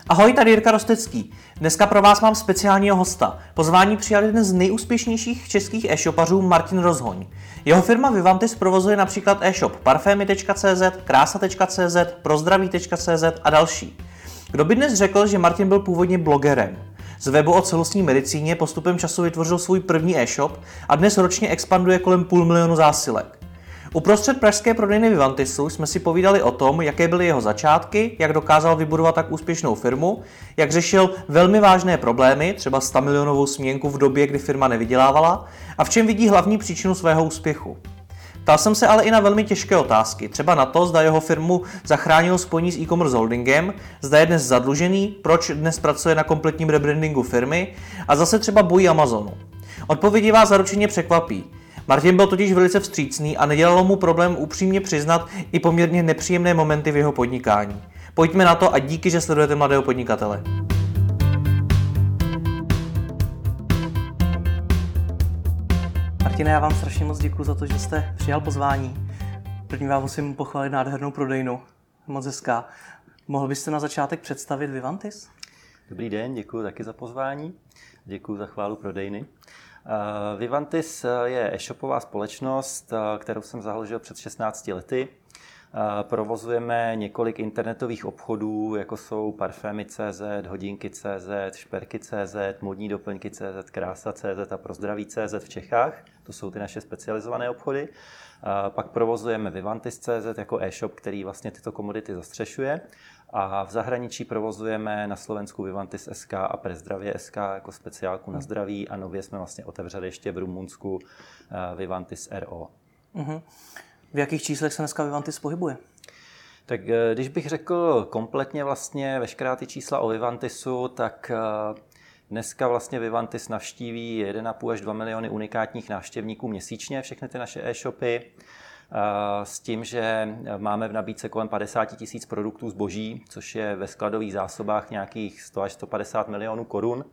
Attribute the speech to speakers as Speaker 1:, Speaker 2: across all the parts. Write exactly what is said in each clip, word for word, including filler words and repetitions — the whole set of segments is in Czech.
Speaker 1: Ahoj, tady Jirka Rostecký. Dneska pro vás mám speciálního hosta. Pozvání přijal jeden z nejúspěšnějších českých e-shopařů Martin Rozhoň. Jeho firma Vivantis provozuje například e-shop parfémy tečka cé zet, krása tečka cé zet, prozdraví tečka cé zet a další. Kdo by dnes řekl, že Martin byl původně blogerem? Z webu o celostní medicíně postupem času vytvořil svůj první e-shop a dnes ročně expanduje kolem půl milionu zásilek. Uprostřed pražské prodejny Vivantisu jsme si povídali o tom, jaké byly jeho začátky, jak dokázal vybudovat tak úspěšnou firmu, jak řešil velmi vážné problémy, třeba sto milionovou směnku v době, kdy firma nevydělávala, a v čem vidí hlavní příčinu svého úspěchu. Ptal jsem se ale i na velmi těžké otázky, třeba na to, zda jeho firmu zachránil spojení s e-commerce holdingem, zda je dnes zadlužený, proč dnes pracuje na kompletním rebrandingu firmy a zase třeba bojí Amazonu. Odpovědi vás zaručeně překvapí. Martin byl totiž velice vstřícný a nedělalo mu problém upřímně přiznat i poměrně nepříjemné momenty v jeho podnikání. Pojďme na to a díky, že sledujete Mladého podnikatele. Martine, já vám strašně moc děkuji za to, že jste přijal pozvání. První vám musím pochválit nádhernou prodejnu. Moc hezká. Mohl byste na začátek představit Vivantis?
Speaker 2: Dobrý den, děkuji taky za pozvání. Děkuji za chválu prodejny. Uh, Vivantis je e-shopová společnost, uh, kterou jsem založil před šestnácti lety. Uh, provozujeme několik internetových obchodů, jako jsou parfémy tečka cé zet, hodinky tečka cé zet, šperky tečka cé zet, modní doplňky tečka cé zet, krása tečka cé zet a prozdraví tečka cé zet v Čechách. To jsou ty naše specializované obchody. Uh, pak provozujeme Vivantis tečka cé zet jako e-shop, který vlastně tyto komodity zastřešuje. A v zahraničí provozujeme na Slovensku Vivantis tečka es ká a Prezdravě tečka es ká jako speciálku na zdraví a nově jsme vlastně otevřeli ještě v Rumunsku Vivantis tečka er ó.
Speaker 1: Uh-huh. V jakých číslech se dneska Vivantis pohybuje?
Speaker 2: Tak když bych řekl kompletně vlastně veškerá ty čísla o Vivantisu, tak dneska vlastně Vivantis navštíví jedna celá pět až dva miliony unikátních návštěvníků měsíčně, všechny ty naše e-shopy. S tím, že máme v nabídce kolem padesát tisíc produktů zboží, což je ve skladových zásobách nějakých sto až sto padesát milionů korun.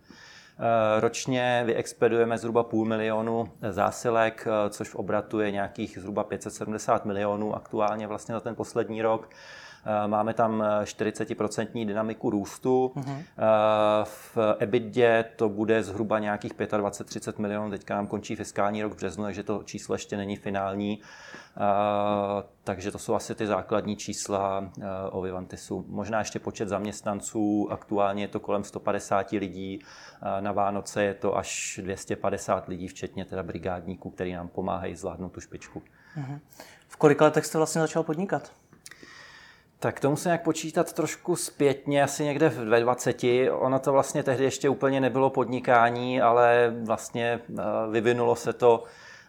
Speaker 2: Ročně vyexpedujeme zhruba půl milionu zásilek, což v obratu je nějakých zhruba pět set sedmdesát milionů aktuálně vlastně za ten poslední rok. Máme tam čtyřicet procent dynamiku růstu. Uh-huh. V EBITDA to bude zhruba nějakých dvacet pět až třicet milionů. Teďka nám končí fiskální rok v březnu, takže to číslo ještě není finální. Takže to jsou asi ty základní čísla o Vivantisu. Možná ještě počet zaměstnanců. Aktuálně je to kolem sto padesát lidí. Na Vánoce je to až dvě stě padesát lidí, včetně teda brigádníků, kteří nám pomáhají zvládnout tu špičku.
Speaker 1: Uh-huh. V kolika letech jste vlastně začal podnikat?
Speaker 2: Tak to musím nějak počítat trošku zpětně, asi někde ve dvaceti. Ono to vlastně tehdy ještě úplně nebylo podnikání, ale vlastně vyvinulo se to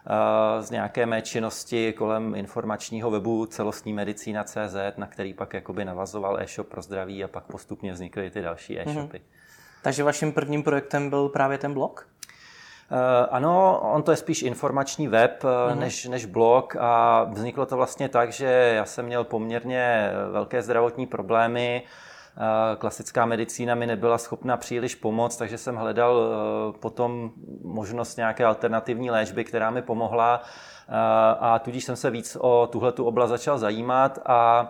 Speaker 2: z nějaké mé činnosti kolem informačního webu celostní medicína tečka cé zet, na který pak jakoby navazoval e-shop pro zdraví a pak postupně vznikly ty další e-shopy.
Speaker 1: Mhm. Takže vaším prvním projektem byl právě ten blog?
Speaker 2: Uh, ano, on to je spíš informační web uh, než, než blog a vzniklo to vlastně tak, že já jsem měl poměrně velké zdravotní problémy. Uh, klasická medicína mi nebyla schopna příliš pomoct, takže jsem hledal uh, potom možnost nějaké alternativní léčby, která mi pomohla uh, a tudíž jsem se víc o tuhletu oblast začal zajímat a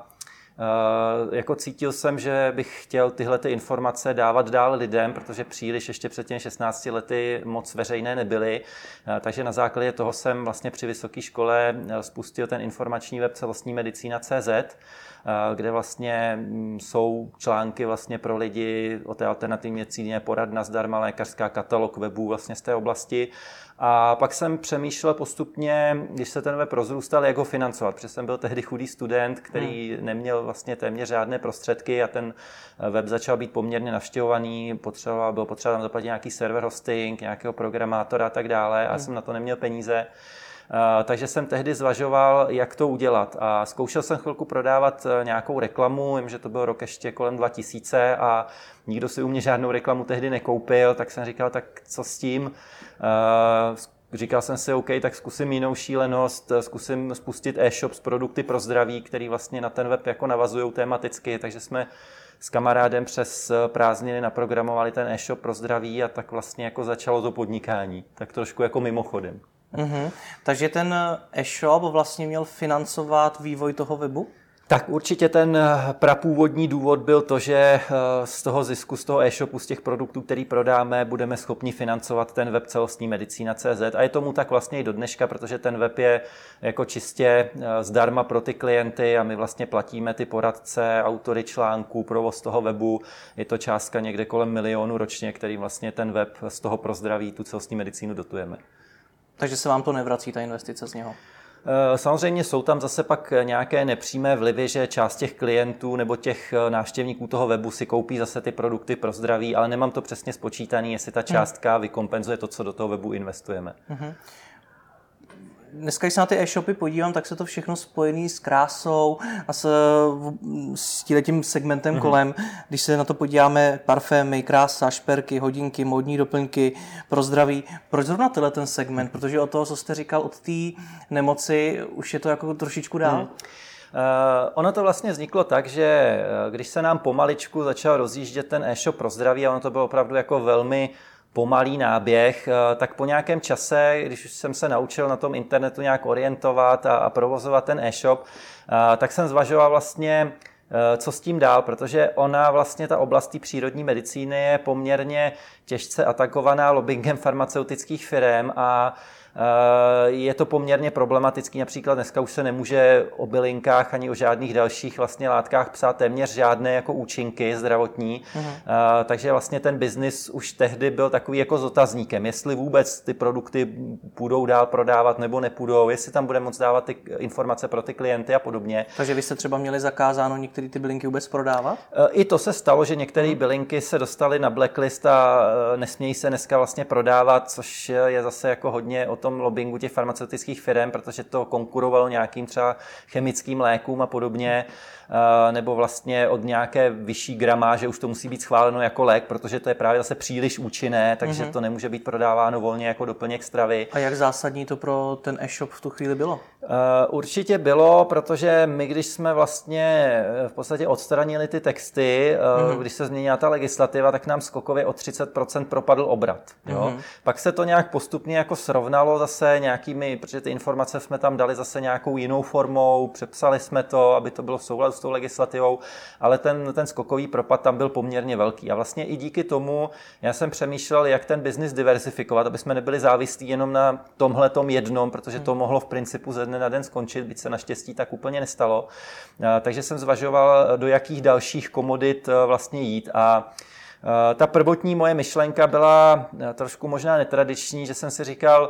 Speaker 2: Uh, jako cítil jsem, že bych chtěl tyhle ty informace dávat dál lidem, protože příliš ještě před těmi šestnácti lety moc veřejné nebyly. Uh, takže na základě toho jsem vlastně při vysoké škole spustil ten informační web celostní medicína tečka cé zet, uh, kde vlastně m, jsou články vlastně pro lidi o té alternativní medicíně, poradna zdarma, lékařská, katalog webů vlastně z té oblasti. A pak jsem přemýšlel postupně, když se ten web rozrůstal, jak ho financovat, protože jsem byl tehdy chudý student, který hmm. neměl vlastně téměř žádné prostředky a ten web začal být poměrně navštěvovaný, potřeboval, bylo potřeba tam zaplatit nějaký server hosting, nějakého programátora a tak dále a hmm. jsem na to neměl peníze. Uh, takže jsem tehdy zvažoval, jak to udělat a zkoušel jsem chvilku prodávat nějakou reklamu, vím, že to byl rok ještě kolem dva tisíce a nikdo si u mě žádnou reklamu tehdy nekoupil, tak jsem říkal, tak co s tím? Uh, říkal jsem si, OK, tak zkusím jinou šílenost, zkusím spustit e-shop s produkty pro zdraví, který vlastně na ten web jako navazují tematicky, takže jsme s kamarádem přes prázdniny naprogramovali ten e-shop pro zdraví a tak vlastně jako začalo to podnikání, tak trošku jako mimochodem.
Speaker 1: Mm-hmm. Takže ten e-shop vlastně měl financovat vývoj toho webu?
Speaker 2: Tak určitě ten prapůvodní důvod byl to, že z toho zisku, z toho e-shopu, z těch produktů, který prodáme, budeme schopni financovat ten web celostní medicína tečka cé zet. A je tomu tak vlastně i do dneška, protože ten web je jako čistě zdarma pro ty klienty a my vlastně platíme ty poradce, autory článků, provoz toho webu. Je to částka někde kolem milionu ročně, který vlastně ten web z toho pro zdraví, tu celostní medicínu dotujeme.
Speaker 1: Takže se vám to nevrací, ta investice z něho?
Speaker 2: Samozřejmě jsou tam zase pak nějaké nepřímé vlivy, že část těch klientů nebo těch návštěvníků toho webu si koupí zase ty produkty pro zdraví, ale nemám to přesně spočítané, jestli ta částka vykompenzuje to, co do toho webu investujeme.
Speaker 1: Mm-hmm. Dneska, když se na ty e-shopy podívám, tak se to všechno spojené s krásou a s, s tím segmentem mm-hmm. kolem. Když se na to podíváme, parfémy, krása, šperky, hodinky, módní doplňky pro zdraví. Proč zrovna tenhle ten segment? Protože od toho, co jste říkal, od té nemoci, už je to jako trošičku dál? Mm.
Speaker 2: Uh, ono to vlastně vzniklo tak, že když se nám pomaličku začal rozjíždět ten e-shop pro zdraví, a ono to bylo opravdu jako velmi pomalý náběh, tak po nějakém čase, když už jsem se naučil na tom internetu nějak orientovat a, a provozovat ten e-shop, tak jsem zvažoval vlastně, co s tím dál, protože ona vlastně, ta oblast té přírodní medicíny je poměrně těžce atakovaná lobbingem farmaceutických firem a je to poměrně problematický, například dneska už se nemůže o bylinkách ani o žádných dalších vlastně látkách psát téměř žádné jako účinky zdravotní, mhm. takže vlastně ten biznis už tehdy byl takový jako s otazníkem, jestli vůbec ty produkty půjdou dál prodávat nebo nepůjdou, jestli tam bude moct dávat ty informace pro ty klienty a podobně.
Speaker 1: Takže vy jste třeba měli zakázáno některé ty bylinky vůbec prodávat?
Speaker 2: I to se stalo, že některé mhm. bylinky se dostaly na blacklist a nesmějí se dneska vlastně prodávat, což je zase jako hodně o tom lobbingu těch farmaceutických firm, protože to konkurovalo nějakým třeba chemickým lékům a podobně, nebo vlastně od nějaké vyšší gramáže už to musí být schváleno jako lék, protože to je právě zase příliš účinné, takže mm-hmm. to nemůže být prodáváno volně jako doplněk stravy.
Speaker 1: A jak zásadní to pro ten e-shop v tu chvíli bylo?
Speaker 2: Určitě bylo, protože my, když jsme vlastně v podstatě odstranili ty texty, mm-hmm. když se změnila ta legislativa, tak nám skokově o třicet procent propadl obrat. Jo? Mm-hmm. Pak se to nějak postupně jako srovnalo zase nějakými, protože ty informace jsme tam dali zase nějakou jinou formou, přepsali jsme to, aby to bylo v souladu s tou legislativou, ale ten, ten skokový propad tam byl poměrně velký. A vlastně i díky tomu já jsem přemýšlel, jak ten biznis diversifikovat, aby jsme nebyli závislí jenom na tomhletom jednom, protože to mohlo v principu ze dne na den skončit, byť se naštěstí tak úplně nestalo. Takže jsem zvažoval, do jakých dalších komodit vlastně jít. A ta prvotní moje myšlenka byla trošku možná netradiční, že jsem si říkal,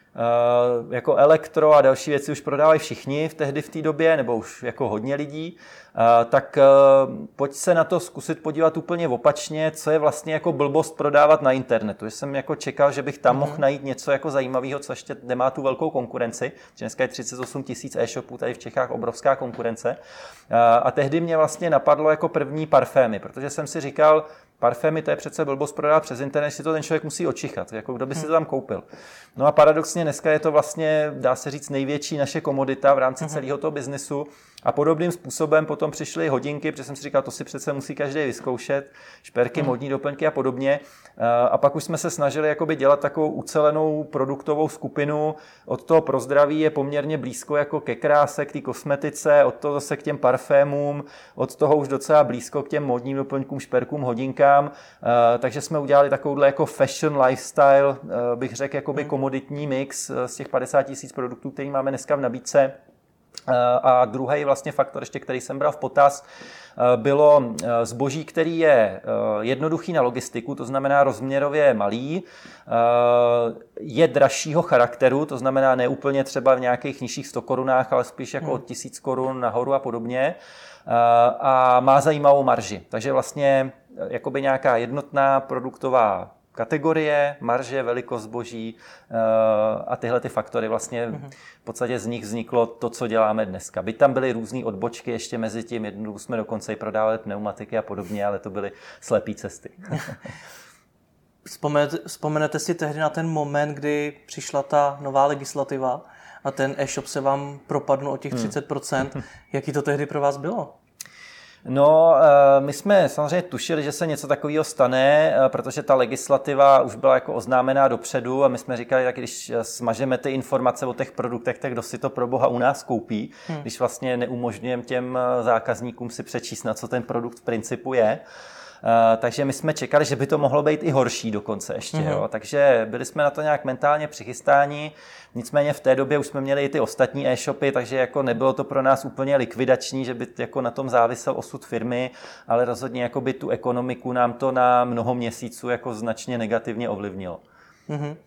Speaker 2: Uh, jako elektro a další věci už prodávají všichni v tehdy v té době, nebo už jako hodně lidí, uh, tak uh, pojď se na to zkusit podívat úplně opačně, co je vlastně jako blbost prodávat na internetu. Že jsem jako čekal, že bych tam mm-hmm. mohl najít něco jako zajímavého, co ještě nemá tu velkou konkurenci. Dneska je třicet osm tisíc e-shopů, tady v Čechách obrovská konkurence. Uh, a tehdy mě vlastně napadlo jako první parfémy, protože jsem si říkal, parfémy, to je přece blbost prodávat přes internet, si to ten člověk musí očichat, jako kdo by si to tam koupil. No a paradoxně dneska je to vlastně, dá se říct, největší naše komodita v rámci celého toho biznesu a podobným způsobem potom přišly hodinky, protože jsem si říkal, to si přece musí každý vyzkoušet, šperky, hmm. módní doplňky a podobně. A pak už jsme se snažili jakoby dělat takovou ucelenou produktovou skupinu. Od toho pro zdraví je poměrně blízko jako ke kráse, k té kosmetice, od toho zase k těm parfémům, od toho už docela blízko k těm módním doplňkům, šperkům, hodinkám. Takže jsme udělali takovouhle jako fashion lifestyle, bych řekl, jakoby hmm. komoditní mix z těch padesát tisíc produktů, který máme dneska v nabídce. A druhý vlastně faktor, ještě, který jsem bral v potaz, bylo zboží, který je jednoduchý na logistiku, to znamená rozměrově malý, je dražšího charakteru, to znamená ne úplně třeba v nějakých nižších sto korunách, ale spíš jako od tisíc korun nahoru a podobně, a má zajímavou marži. Takže vlastně jakoby nějaká jednotná produktová kategorie, marže, velikost zboží a tyhle ty faktory vlastně v podstatě z nich vzniklo to, co děláme dneska. Byť tam byly různé odbočky ještě mezi tím, jednou jsme dokonce i prodávali pneumatiky a podobně, ale to byly slepý cesty.
Speaker 1: Vzpomenete, vzpomenete si tehdy na ten moment, kdy přišla ta nová legislativa a ten e-shop se vám propadl o těch třicet procent. Hmm. Jaký to tehdy pro vás bylo?
Speaker 2: No, my jsme samozřejmě tušili, že se něco takového stane, protože ta legislativa už byla jako oznámená dopředu a my jsme říkali, tak když smažeme ty informace o těch produktech, tak kdo si to pro boha u nás koupí, hmm. když vlastně neumožňujeme těm zákazníkům si přečíst, na co ten produkt v principu je. Uh, takže my jsme čekali, že by to mohlo být i horší dokonce ještě. Mm-hmm. Jo? Takže byli jsme na to nějak mentálně přichystáni. Nicméně v té době už jsme měli i ty ostatní e-shopy, takže jako nebylo to pro nás úplně likvidační, že by jako na tom závisel osud firmy, ale rozhodně jako by tu ekonomiku nám to na mnoho měsíců jako značně negativně ovlivnilo.
Speaker 1: Mm-hmm.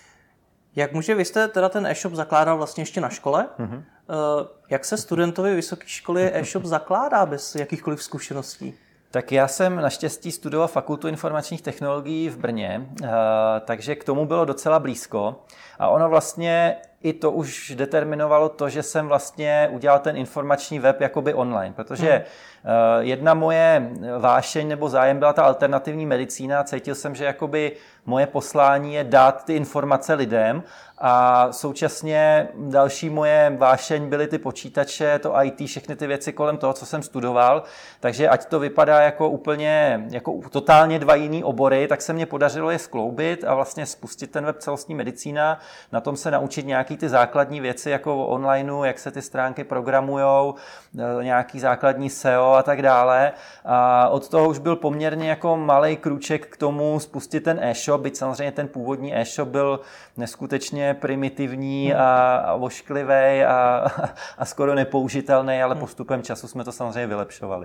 Speaker 1: Jak může, vy jste teda ten e-shop zakládal vlastně ještě na škole? Mm-hmm. Uh, jak se studentovi vysoké školy e-shop zakládá bez jakýchkoliv zkušeností?
Speaker 2: Tak já jsem naštěstí studoval Fakultu informačních technologií v Brně, takže k tomu bylo docela blízko. A ono vlastně i to už determinovalo to, že jsem vlastně udělal ten informační web jakoby online, protože hmm. jedna moje vášeň nebo zájem byla ta alternativní medicína. Cítil jsem, že jakoby moje poslání je dát ty informace lidem a současně další moje vášeň byly ty počítače, to í té, všechny ty věci kolem toho, co jsem studoval. Takže ať to vypadá jako úplně, jako totálně dva jiný obory, tak se mně podařilo je skloubit a vlastně spustit ten web Celostní medicína, na tom se naučit nějaký ty základní věci jako onlineu, jak se ty stránky programujou, nějaký základní S E O a tak dále. A od toho už byl poměrně jako malej krůček k tomu spustit ten e-shop, byť samozřejmě ten původní e-shop byl neskutečně primitivní a, a ošklivý a, a skoro nepoužitelný, ale postupem času jsme to samozřejmě vylepšovali.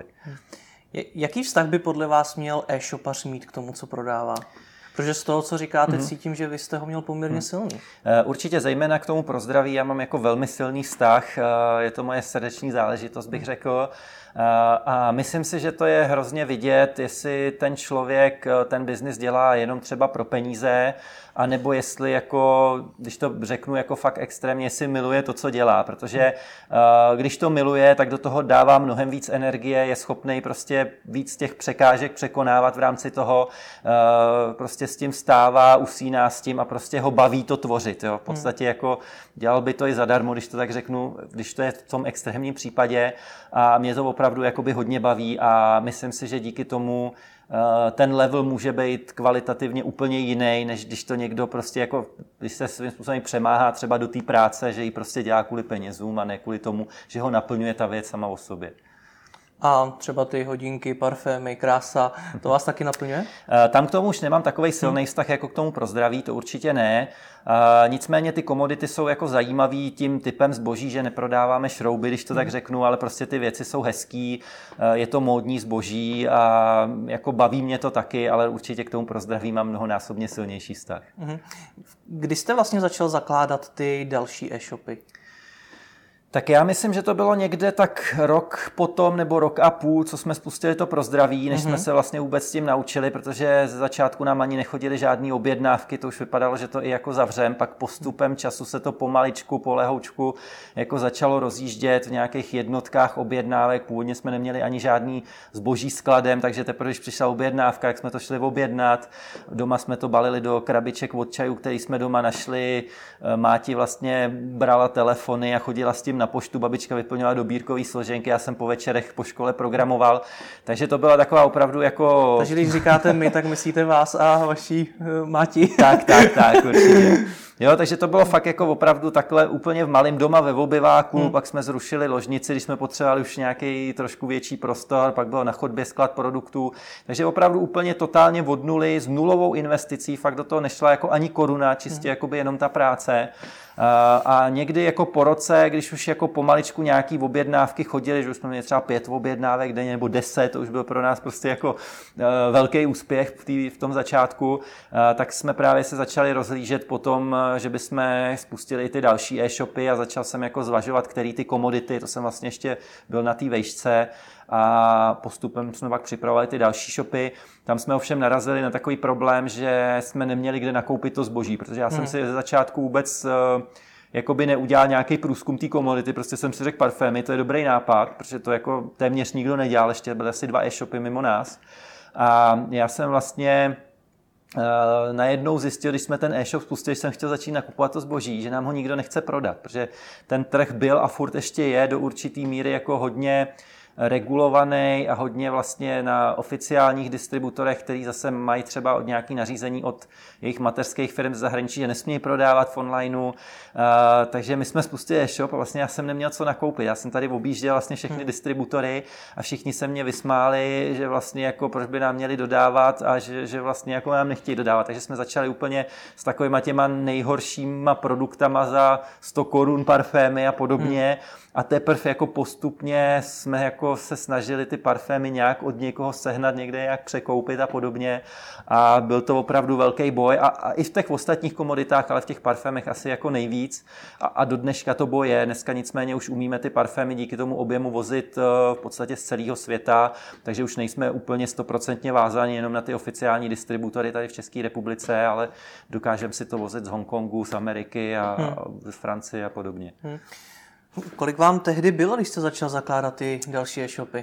Speaker 1: Jaký vztah by podle vás měl e-shopař mít k tomu, co prodává? Protože z toho, co říkáte, mm-hmm. cítím, že vy jste ho měl poměrně mm-hmm. silný.
Speaker 2: Určitě zejména k tomu pro zdraví já mám jako velmi silný vztah. Je to moje srdeční záležitost, bych řekl. A myslím si, že to je hrozně vidět, jestli ten člověk ten biznis dělá jenom třeba pro peníze, anebo jestli jako, když to řeknu jako fakt extrémně, jestli miluje to, co dělá, protože uh, když to miluje, tak do toho dává mnohem víc energie, je schopný prostě víc těch překážek překonávat v rámci toho, uh, prostě s tím stává, usíná s tím a prostě ho baví to tvořit. Jo? V podstatě hmm. jako dělal by to i zadarmo, když to tak řeknu, když to je v tom extrémním případě a mě to opravdu jakoby hodně baví a myslím si, že díky tomu ten level může být kvalitativně úplně jiný, než když to někdo prostě jako, když se svým způsobem přemáhá třeba do té práce, že ji prostě dělá kvůli penězům a ne kvůli tomu, že ho naplňuje ta věc sama o sobě.
Speaker 1: A třeba ty hodinky, parfémy, krása, to vás taky naplňuje?
Speaker 2: Tam k tomu už nemám takovej silný vztah jako k tomu pro zdraví, to určitě ne. Nicméně ty komodity jsou jako zajímavý tím typem zboží, že neprodáváme šrouby, když to tak řeknu, ale prostě ty věci jsou hezký, je to módní zboží a jako baví mě to taky, ale určitě k tomu pro zdraví mám mnohonásobně silnější vztah.
Speaker 1: Kdy jste vlastně začal zakládat ty další e-shopy?
Speaker 2: Tak já myslím, že to bylo někde tak rok potom nebo rok a půl, co jsme spustili to pro zdraví, než mm-hmm. jsme se vlastně vůbec s tím naučili, protože ze začátku nám ani nechodily žádné objednávky, to už vypadalo, že to i jako zavřem, pak postupem času se to pomaličku, polehoučku jako začalo rozjíždět v nějakých jednotkách objednávek, původně jsme neměli ani žádný zboží skladem, takže teprve, když přišla objednávka, jak jsme to šli objednat, doma jsme to balili do krabiček od čajů, který jsme doma našli, máti vlastně brala telefony a chodila s tím na poštu, babička vyplňovala dobírkový složenky, já jsem po večerech po škole programoval, takže to byla taková opravdu jako...
Speaker 1: Takže když říkáte my, tak myslíte vás a vaší uh, máti.
Speaker 2: Tak, tak, tak, určitě. Jo, takže to bylo fakt jako opravdu takhle úplně v malém doma ve obyváku, hmm. pak jsme zrušili ložnici, když jsme potřebovali už nějaký trošku větší prostor, pak bylo na chodbě sklad produktů, takže opravdu úplně totálně od nuly, s nulovou investicí, fakt do toho nešla jako ani koruna, čistě hmm. jakoby jenom ta práce. A někdy jako po roce, když už jako pomaličku nějaký objednávky chodily, že už jsme měli třeba pět objednávek denně nebo deset, to už byl pro nás prostě jako velký úspěch v, tý, v tom začátku, tak jsme právě se začali rozhlížet potom, že bychom spustili i ty další e-shopy a začal jsem jako zvažovat, který ty komodity, to jsem vlastně ještě byl na té vejšce a postupem jsme pak připravovali ty další shopy. Tam jsme ovšem narazili na takový problém, že jsme neměli kde nakoupit to zboží, protože já jsem hmm. si ze začátku vůbec jakoby neudělal nějaký průzkum té komodity, prostě jsem si řekl parfémy, to je dobrý nápad, protože to jako téměř nikdo nedělal, ještě byly asi dva e-shopy mimo nás. A já jsem vlastně Uh, najednou zjistil, když jsme ten e-shop spustili, že jsem chtěl začít nakupovat to zboží, že nám ho nikdo nechce prodat, protože ten trh byl a furt ještě je do určitý míry jako hodně regulovaný a hodně vlastně na oficiálních distributorech, který zase mají třeba od nějaký nařízení od jejich mateřských firm z zahraničí, že nesmějí prodávat v onlineu. Uh, takže my jsme spustili e-shop a vlastně já jsem neměl co nakoupit. Já jsem tady objížděl vlastně všechny hmm. distributory a všichni se mě vysmáli, že vlastně jako proč by nám měli dodávat a že, že vlastně jako nám nechtějí dodávat. Takže jsme začali úplně s takovýma těma nejhoršíma produktama za sto korun parfémy a podobně. Hmm. A teprve jako postupně jsme jako se snažili ty parfémy nějak od někoho sehnat, někde nějak překoupit a podobně. A byl to opravdu velký boj. A, a i v těch ostatních komoditách, ale v těch parfémech asi jako nejvíc. A, a do dneška to boj je. Dneska nicméně už umíme ty parfémy díky tomu objemu vozit v podstatě z celého světa. Takže už nejsme úplně stoprocentně vázáni jenom na ty oficiální distributory tady v České republice, ale dokážeme si to vozit z Hongkongu, z Ameriky a, hmm. a z Francie a podobně. Hmm.
Speaker 1: Kolik vám tehdy bylo, když jste začal zakládat ty další e-shopy?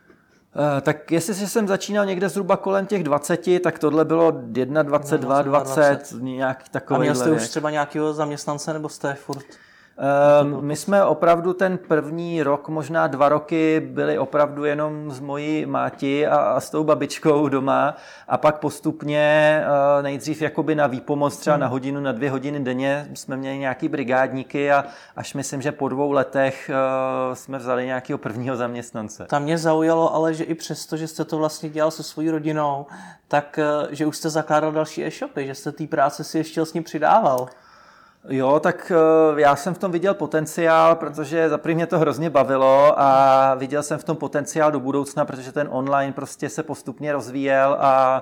Speaker 2: Uh, tak jestli jsem začínal někde zhruba kolem těch dvaceti, tak tohle bylo dvacet, dvacet, dvacet, nějaký takový.
Speaker 1: A měl jste už třeba nějakého zaměstnance, nebo jste furt?
Speaker 2: Uh, my jsme opravdu ten první rok, možná dva roky byli opravdu jenom s mojí máti a, a s tou babičkou doma a pak postupně uh, nejdřív jakoby na výpomoc třeba hmm. na hodinu, na dvě hodiny denně jsme měli nějaký brigádníky a až myslím, že po dvou letech uh, jsme vzali nějakého prvního zaměstnance.
Speaker 1: Tam mě zaujalo ale, že i přesto, že jste to vlastně dělal se svojí rodinou, tak uh, že už jste zakládal další e-shopy, že jste té práce si ještě s ním přidával.
Speaker 2: Jo, tak já jsem v tom viděl potenciál, protože za první mě to hrozně bavilo a viděl jsem v tom potenciál do budoucna, protože ten online prostě se postupně rozvíjel a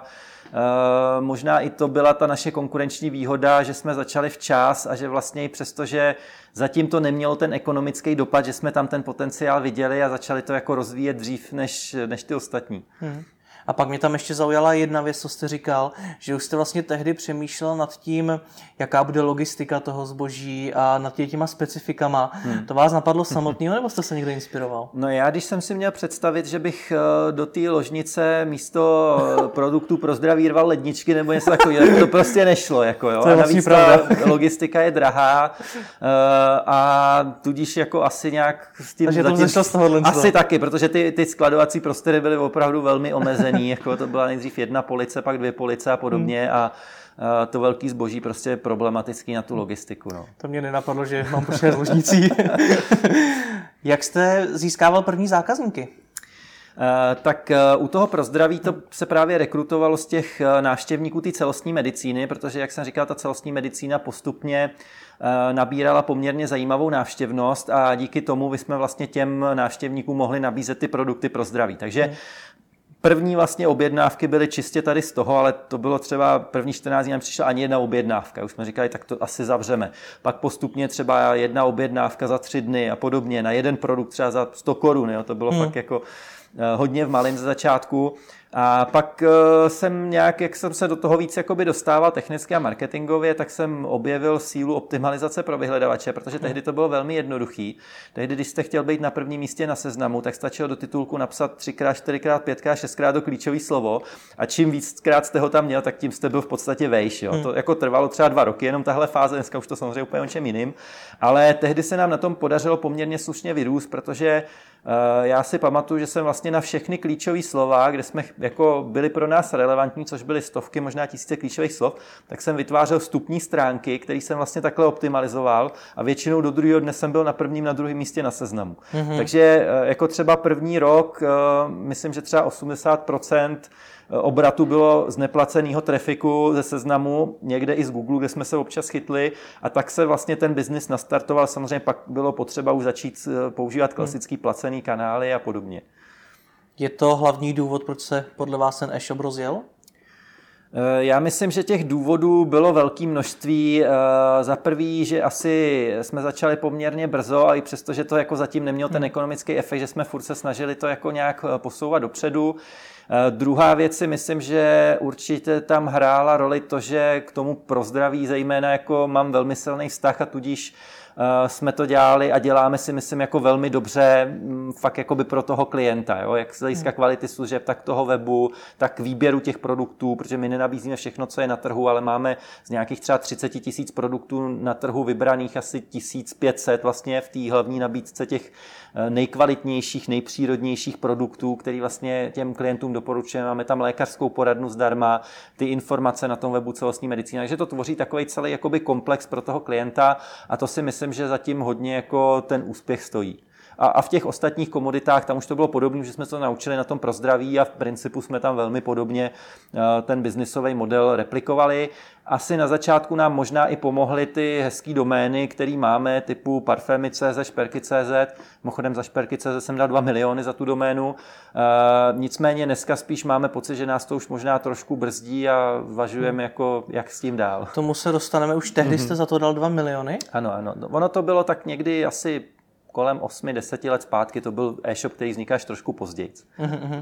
Speaker 2: e, možná i to byla ta naše konkurenční výhoda, že jsme začali včas a že vlastně i přesto, že zatím to nemělo ten ekonomický dopad, že jsme tam ten potenciál viděli a začali to jako rozvíjet dřív než, než ty ostatní. Hmm.
Speaker 1: A pak mě tam ještě zaujala jedna věc, co jste říkal, že už jste vlastně tehdy přemýšlel nad tím, jaká bude logistika toho zboží a nad těma specifikama. Hmm. To vás napadlo samotného, nebo jste se někdo inspiroval?
Speaker 2: No já, když jsem si měl představit, že bych do té ložnice místo produktů pro zdraví rval ledničky nebo něco takového, to prostě nešlo. Jako, jo.
Speaker 1: To je
Speaker 2: a navíc
Speaker 1: pravda.
Speaker 2: Ta logistika je drahá a tudíž jako asi nějak s tím...
Speaker 1: Takže to začalo z tohohle.
Speaker 2: Asi taky, protože ty, ty skladovací prostory byly opravdu velmi omezené. Jako to byla nejdřív jedna police, pak dvě police a podobně hmm. a to velký zboží prostě je problematický na tu logistiku. No.
Speaker 1: To mě nenapadlo, že mám počítat ložnicí. Jak jste získával první zákazníky?
Speaker 2: Uh, tak uh, u toho pro zdraví to se právě rekrutovalo z těch uh, návštěvníků té celostní medicíny, protože, jak jsem říkal, ta celostní medicína postupně uh, nabírala poměrně zajímavou návštěvnost a díky tomu my jsme vlastně těm návštěvníkům mohli nabízet ty produkty pro zdraví. Takže hmm. První vlastně objednávky byly čistě tady z toho, ale to bylo třeba první čtrnáct dní nám přišla ani jedna objednávka. Už jsme říkali, tak to asi zavřeme. Pak postupně třeba jedna objednávka za tři dny a podobně. Na jeden produkt třeba za sto korun. Jo? To bylo hmm. fakt jako hodně v malém ze začátku. A pak jsem nějak, jak jsem se do toho víc jakoby dostával technicky a marketingově, tak jsem objevil sílu optimalizace pro vyhledávače, protože tehdy to bylo velmi jednoduchý. Tehdy, když jste chtěl být na prvním místě na seznamu, tak stačilo do titulku napsat třikrát, čtyřikrát, pětkrát, šestkrát do klíčové slovo a čím víckrát jste ho tam měl, tak tím jste byl v podstatě vejš. Jo. Hmm. To jako trvalo třeba dva roky, jenom tahle fáze, dneska už to samozřejmě úplně o čem jiným, ale tehdy se nám na tom podařilo poměrně slušně vyrůst, protože já si pamatuju, že jsem vlastně na všechny klíčové slova, kde jsme jako byli pro nás relevantní, což byly stovky, možná tisíce klíčových slov, tak jsem vytvářel vstupní stránky, které jsem vlastně takhle optimalizoval a většinou do druhého dne jsem byl na prvním, na druhém místě na seznamu. Mm-hmm. Takže jako třeba první rok, myslím, že třeba osmdesát procent obratu bylo z neplaceného trafiku ze seznamu, někde i z Google, kde jsme se občas chytli a tak se vlastně ten biznis nastartoval. Samozřejmě pak bylo potřeba už začít používat klasický placený kanály a podobně.
Speaker 1: Je to hlavní důvod, proč se podle vás ten e-shop rozjel?
Speaker 2: Já myslím, že těch důvodů bylo velké množství. Za prvý, že asi jsme začali poměrně brzo a i přesto, že to jako zatím nemělo ten ekonomický efekt, že jsme furt se snažili to jako nějak posouvat dopředu. Druhá věc si myslím, že určitě tam hrála roli to, že k tomu pro zdraví zejména jako mám velmi silný vztah a tudíž jsme to dělali a děláme si, myslím, jako velmi dobře fakt jakoby pro toho klienta, jo? Jak z hlediska kvality služeb, tak toho webu, tak výběru těch produktů, protože my nenabízíme všechno, co je na trhu, ale máme z nějakých třeba třicet tisíc produktů na trhu vybraných asi tisíc pět set vlastně v té hlavní nabídce těch nejkvalitnějších, nejpřírodnějších produktů, který vlastně těm klientům doporučujeme. Máme tam lékařskou poradnu zdarma, ty informace na tom webu celostní medicína, takže to tvoří takový celý jakoby komplex pro toho klienta a to si myslím, že zatím hodně jako ten úspěch stojí. A, a v těch ostatních komoditách, tam už to bylo podobné, že jsme se to naučili na tom pro zdraví a v principu jsme tam velmi podobně ten biznisový model replikovali. Asi na začátku nám možná i pomohly ty hezký domény, které máme, typu parfémy tečka cé zet, šperky tečka cé zet. Mimochodem za šperky tečka cé zet jsem dal dva miliony za tu doménu. E, nicméně dneska spíš máme pocit, že nás to už možná trošku brzdí a zvažujeme, jako, jak s tím dál.
Speaker 1: Tomu se dostaneme. Už tehdy jste za to dal dva miliony?
Speaker 2: Ano, ano. Ono to bylo tak někdy asi kolem osmi deseti let zpátky, to byl e-shop, který vzniká až trošku později.
Speaker 1: Mm-hmm.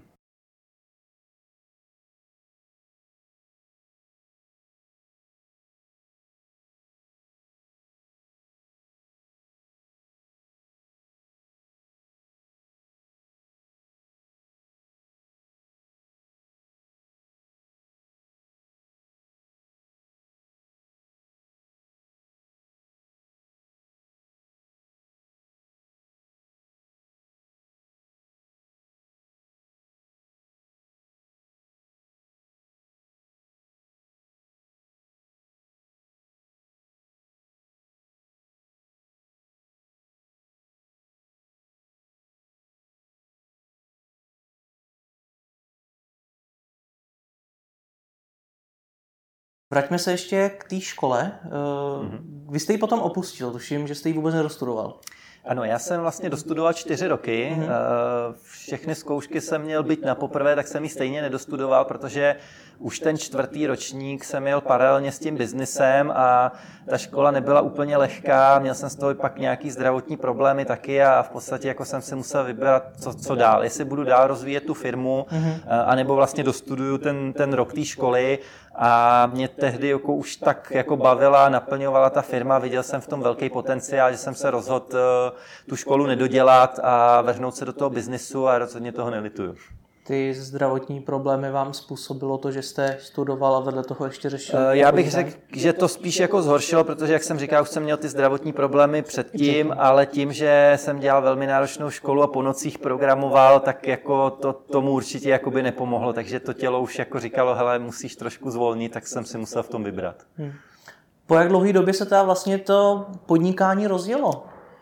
Speaker 1: Vraťme se ještě k té škole. Mm-hmm. Vy jste ji potom opustil, tuším, že jste ji vůbec nedostudoval.
Speaker 2: Ano, já jsem vlastně dostudoval čtyři roky. Mm-hmm. Všechny zkoušky jsem měl být na poprvé, tak jsem ji stejně nedostudoval, protože už ten čtvrtý ročník jsem měl paralelně s tím biznisem a ta škola nebyla úplně lehká, měl jsem z toho pak nějaký zdravotní problémy taky a v podstatě jako jsem si musel vybrat, co, co dál, jestli budu dál rozvíjet tu firmu, mm-hmm. anebo vlastně dostuduju ten, ten rok té školy a mě tehdy jako už tak jako bavila, naplňovala ta firma, viděl jsem v tom velký potenciál, že jsem se rozhodl tu školu nedodělat a vrhnout se do toho biznisu a rozhodně toho nelituju.
Speaker 1: Ty zdravotní problémy vám způsobilo to, že jste studoval a vedle toho ještě řešil?
Speaker 2: Já bych řekl, že to spíš jako zhoršilo, protože, jak jsem říkal, už jsem měl ty zdravotní problémy předtím, ale tím, že jsem dělal velmi náročnou školu a po nocích programoval, tak jako to tomu určitě jakoby nepomohlo, takže to tělo už jako říkalo, hele, musíš trošku zvolnit, tak jsem si musel v tom vybrat.
Speaker 1: Hmm. Po jak dlouhé době se teda vlastně to podnikání rozjelo?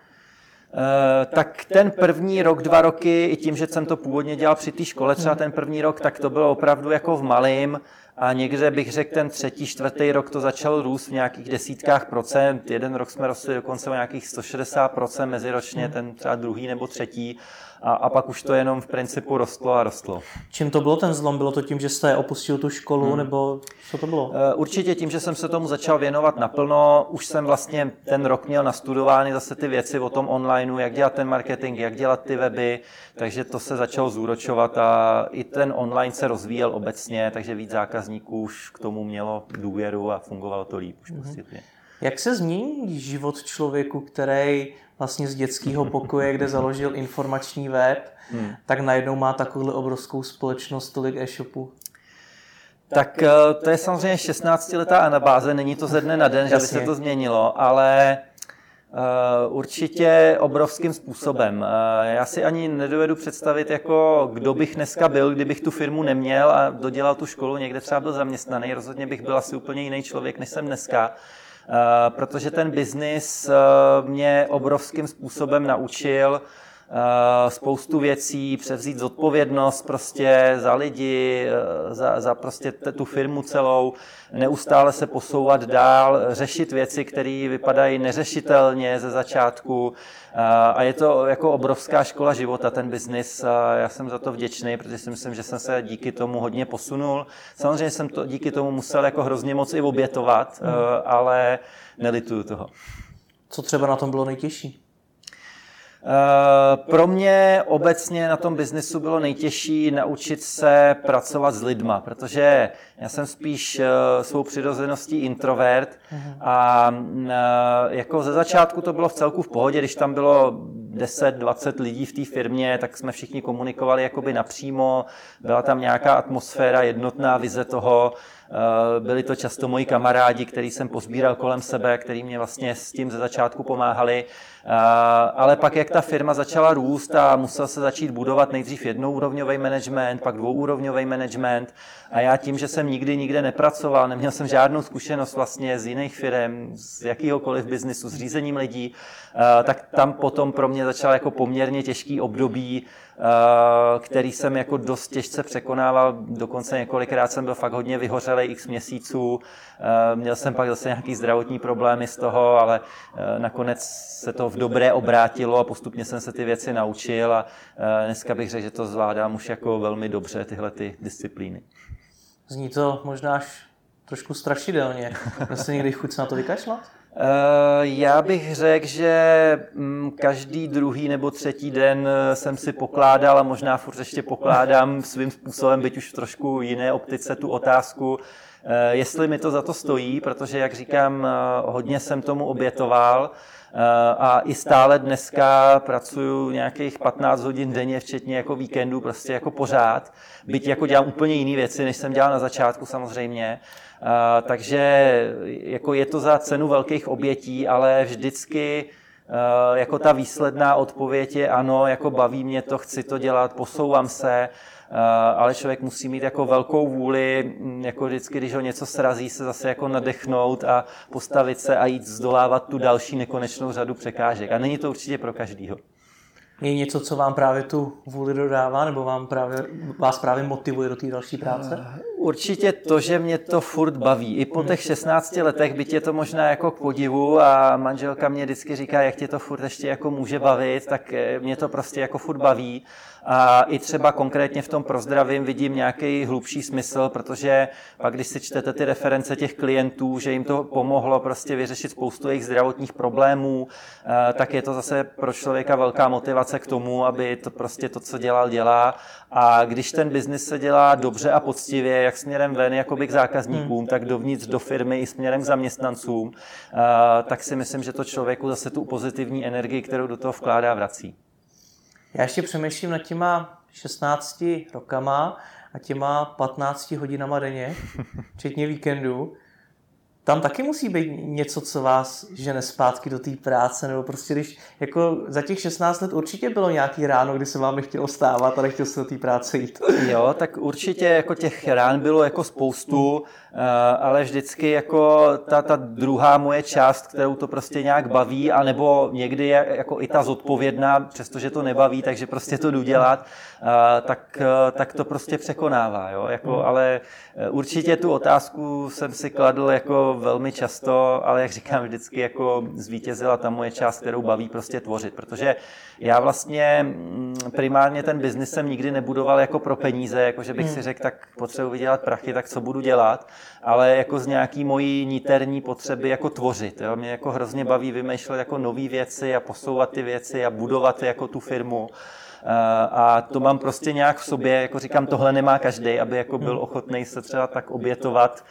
Speaker 2: Uh, tak ten první rok, dva roky, i tím, že jsem to původně dělal při té škole, třeba ten první rok, tak to bylo opravdu jako v malým a někde bych řekl ten třetí, čtvrtý rok to začalo růst v nějakých desítkách procent. Jeden rok jsme rostli dokonce o nějakých sto šedesát procent meziročně, ten třeba druhý nebo třetí a, a pak už to jenom v principu rostlo a rostlo.
Speaker 1: Čím to bylo ten zlom? Bylo to tím, že jste opustil tu školu, hmm. nebo co to bylo?
Speaker 2: Určitě tím, že jsem se tomu začal věnovat naplno. Už jsem vlastně ten rok měl nastudovány zase ty věci o tom onlineu, jak dělat ten marketing, jak dělat ty weby, takže to se začalo zúročovat a i ten online se rozvíjel obecně, takže víc zákazníků už k tomu mělo důvěru a fungovalo to líp už hmm. postupně.
Speaker 1: Jak se změní život člověku, který vlastně z dětského pokoje, kde založil informační web, hmm. tak najednou má takovou obrovskou společnost, tolik e-shopů?
Speaker 2: Tak to je samozřejmě šestnáctiletá anabáze, není to ze dne na den, že by se to změnilo, ale uh, určitě obrovským způsobem. Uh, já si ani nedovedu představit, jako kdo bych dneska byl, kdybych tu firmu neměl a dodělal tu školu, někde třeba byl zaměstnaný, rozhodně bych byl asi úplně jiný člověk, než jsem dneska. Uh, protože ten biznis uh, mě obrovským způsobem naučil uh, spoustu věcí, převzít zodpovědnost prostě za lidi, uh, za, za prostě t- tu firmu celou, neustále se posouvat dál, řešit věci, které vypadají neřešitelně ze začátku. Uh, a je to jako obrovská škola života, ten biznis. Uh, já jsem za to vděčný, protože si myslím, že jsem se díky tomu hodně posunul. Samozřejmě jsem to díky tomu musel jako hrozně moc i obětovat, uh, ale nelituju toho.
Speaker 1: Co třeba na tom bylo nejtěžší?
Speaker 2: Pro mě obecně na tom biznesu bylo nejtěžší naučit se pracovat s lidma, protože já jsem spíš svou přirozeností introvert a jako ze začátku to bylo v celku v pohodě, když tam bylo deset dvacet lidí v té firmě, tak jsme všichni komunikovali jakoby napřímo, byla tam nějaká atmosféra, jednotná vize toho. Byli to často moji kamarádi, který jsem pozbíral kolem sebe, který mě vlastně s tím ze začátku pomáhali. Ale pak, jak ta firma začala růst a musel se začít budovat nejdřív jednoúrovňový management, pak dvouúrovňový management a já tím, že jsem nikdy nikde nepracoval, neměl jsem žádnou zkušenost vlastně z jiných firm, z jakýhokoliv biznisu, s řízením lidí, tak tam potom pro mě začal jako poměrně těžký období, který jsem jako dost těžce překonával, dokonce několikrát jsem byl fakt hodně vyhořelej x měsíců, měl jsem pak zase nějaký zdravotní problémy z toho, ale nakonec se to v dobré obrátilo a postupně jsem se ty věci naučil a dneska bych řekl, že to zvládám už jako velmi dobře, tyhle ty disciplíny.
Speaker 1: Zní to možná až trošku strašidelně. Měl jsi někdy chuť se na to vykašlat?
Speaker 2: Já bych řekl, že každý druhý nebo třetí den jsem si pokládal a možná furt ještě pokládám svým způsobem, byť už v trošku jiné optice, tu otázku, jestli mi to za to stojí, protože, jak říkám, hodně jsem tomu obětoval a i stále dneska pracuju nějakých patnáct hodin denně, včetně jako víkendu, prostě jako pořád, byť jako dělám úplně jiné věci, než jsem dělal na začátku samozřejmě. Uh, takže jako je to za cenu velkých obětí, ale vždycky uh, jako ta výsledná odpověď je ano, jako baví mě to, chci to dělat, posouvám se, uh, ale člověk musí mít jako velkou vůli, jako vždycky, když ho něco srazí, se zase jako nadechnout a postavit se a jít zdolávat tu další nekonečnou řadu překážek. A není to určitě pro každýho.
Speaker 1: Je něco, co vám právě tu vůli dodává, nebo vám právě, vás právě motivuje do té další práce?
Speaker 2: Určitě to, že mě to furt baví. I po těch šestnácti letech, byť je to možná jako k podivu a manželka mě vždycky říká, jak tě to furt ještě jako může bavit, tak mě to prostě jako furt baví. A i třeba konkrétně v tom Prozdravím vidím nějaký hlubší smysl, protože pak, když si čtete ty reference těch klientů, že jim to pomohlo prostě vyřešit spoustu jejich zdravotních problémů, tak je to zase pro člověka velká motivace k tomu, aby to prostě to, co dělal, dělá. A když ten biznis se dělá dobře a poctivě, jak směrem ven, jakoby k zákazníkům, hmm. tak dovnitř do firmy i směrem k zaměstnancům, tak si myslím, že to člověku zase tu pozitivní energii, kterou do toho vkládá, vrací.
Speaker 1: Já ještě přemýšlím nad těma šestnácti rokama a těma patnácti hodinama denně, včetně víkendu. Tam taky musí být něco, co vás žene zpátky do té práce, nebo prostě když, jako za těch šestnáct let určitě bylo nějaký ráno, kdy se vám nechtělo stávat a nechtěl se do té práce jít.
Speaker 2: Jo, tak určitě jako těch rán bylo jako spoustu, ale vždycky jako ta, ta druhá moje část, kterou to prostě nějak baví, anebo někdy je jako i ta zodpovědná, přestože to nebaví, takže prostě to jdu dělat, tak, tak to prostě překonává. Jo? Jako, ale určitě tu otázku jsem si kladl jako velmi často, ale jak říkám, vždycky jako zvítězila ta moje část, kterou baví prostě tvořit, protože já vlastně primárně ten biznis jsem nikdy nebudoval jako pro peníze, jako že bych si řekl, tak potřebuji vydělat prachy, tak co budu dělat, ale jako z nějaký mojí niterní potřeby jako tvořit. Jo? Mě jako hrozně baví vymýšlet jako nové věci a posouvat ty věci a budovat jako tu firmu. A to mám prostě nějak v sobě, jako říkám, tohle nemá každý, aby jako byl ochotný se třeba tak obětovat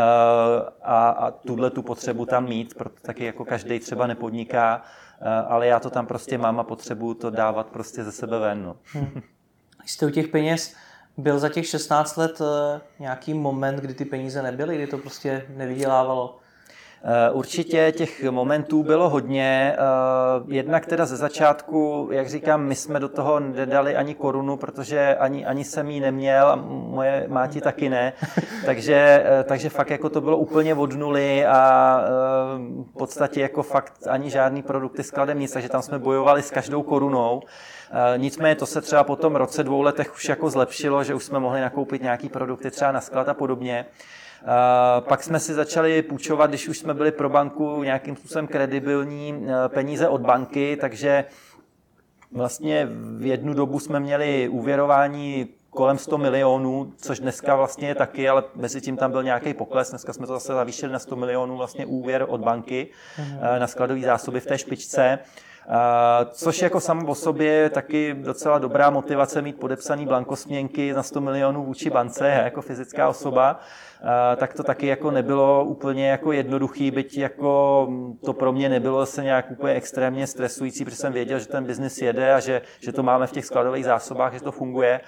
Speaker 2: a, a tuhle tu potřebu tam mít, proto taky jako každý třeba nepodniká, ale já to tam prostě mám a potřebuju to dávat prostě ze sebe ven. No.
Speaker 1: Jste u těch peněz, byl za těch šestnáct let nějaký moment, kdy ty peníze nebyly, kdy to prostě nevydělávalo?
Speaker 2: Určitě těch momentů bylo hodně. Jednak teda ze začátku, jak říkám, my jsme do toho nedali ani korunu, protože ani, ani jsem ji neměl a moje máti taky ne. Takže, takže fakt jako to bylo úplně od nuly a v podstatě jako fakt ani žádný produkty skladem nic, takže tam jsme bojovali s každou korunou. Nicméně to se třeba po tom roce, dvou letech už jako zlepšilo, že už jsme mohli nakoupit nějaký produkty třeba na sklad a podobně. Uh, pak jsme si začali půjčovat, když už jsme byli pro banku nějakým způsobem kredibilní, uh, peníze od banky, takže vlastně v jednu dobu jsme měli úvěrování kolem sto milionů, což dneska vlastně je taky, ale mezi tím tam byl nějaký pokles. Dneska jsme to zase zavýšili na sto milionů vlastně úvěr od banky uh, na skladové zásoby v té špičce. Což jako samo o sobě je taky docela dobrá motivace mít podepsaný blankosměnky na sto milionů vůči bance jako fyzická osoba. Tak to taky jako nebylo úplně jako jednoduchý, byť jako to pro mě nebylo se nějak úplně extrémně stresující, protože jsem věděl, že ten biznis jede a že, že to máme v těch skladových zásobách, že to funguje.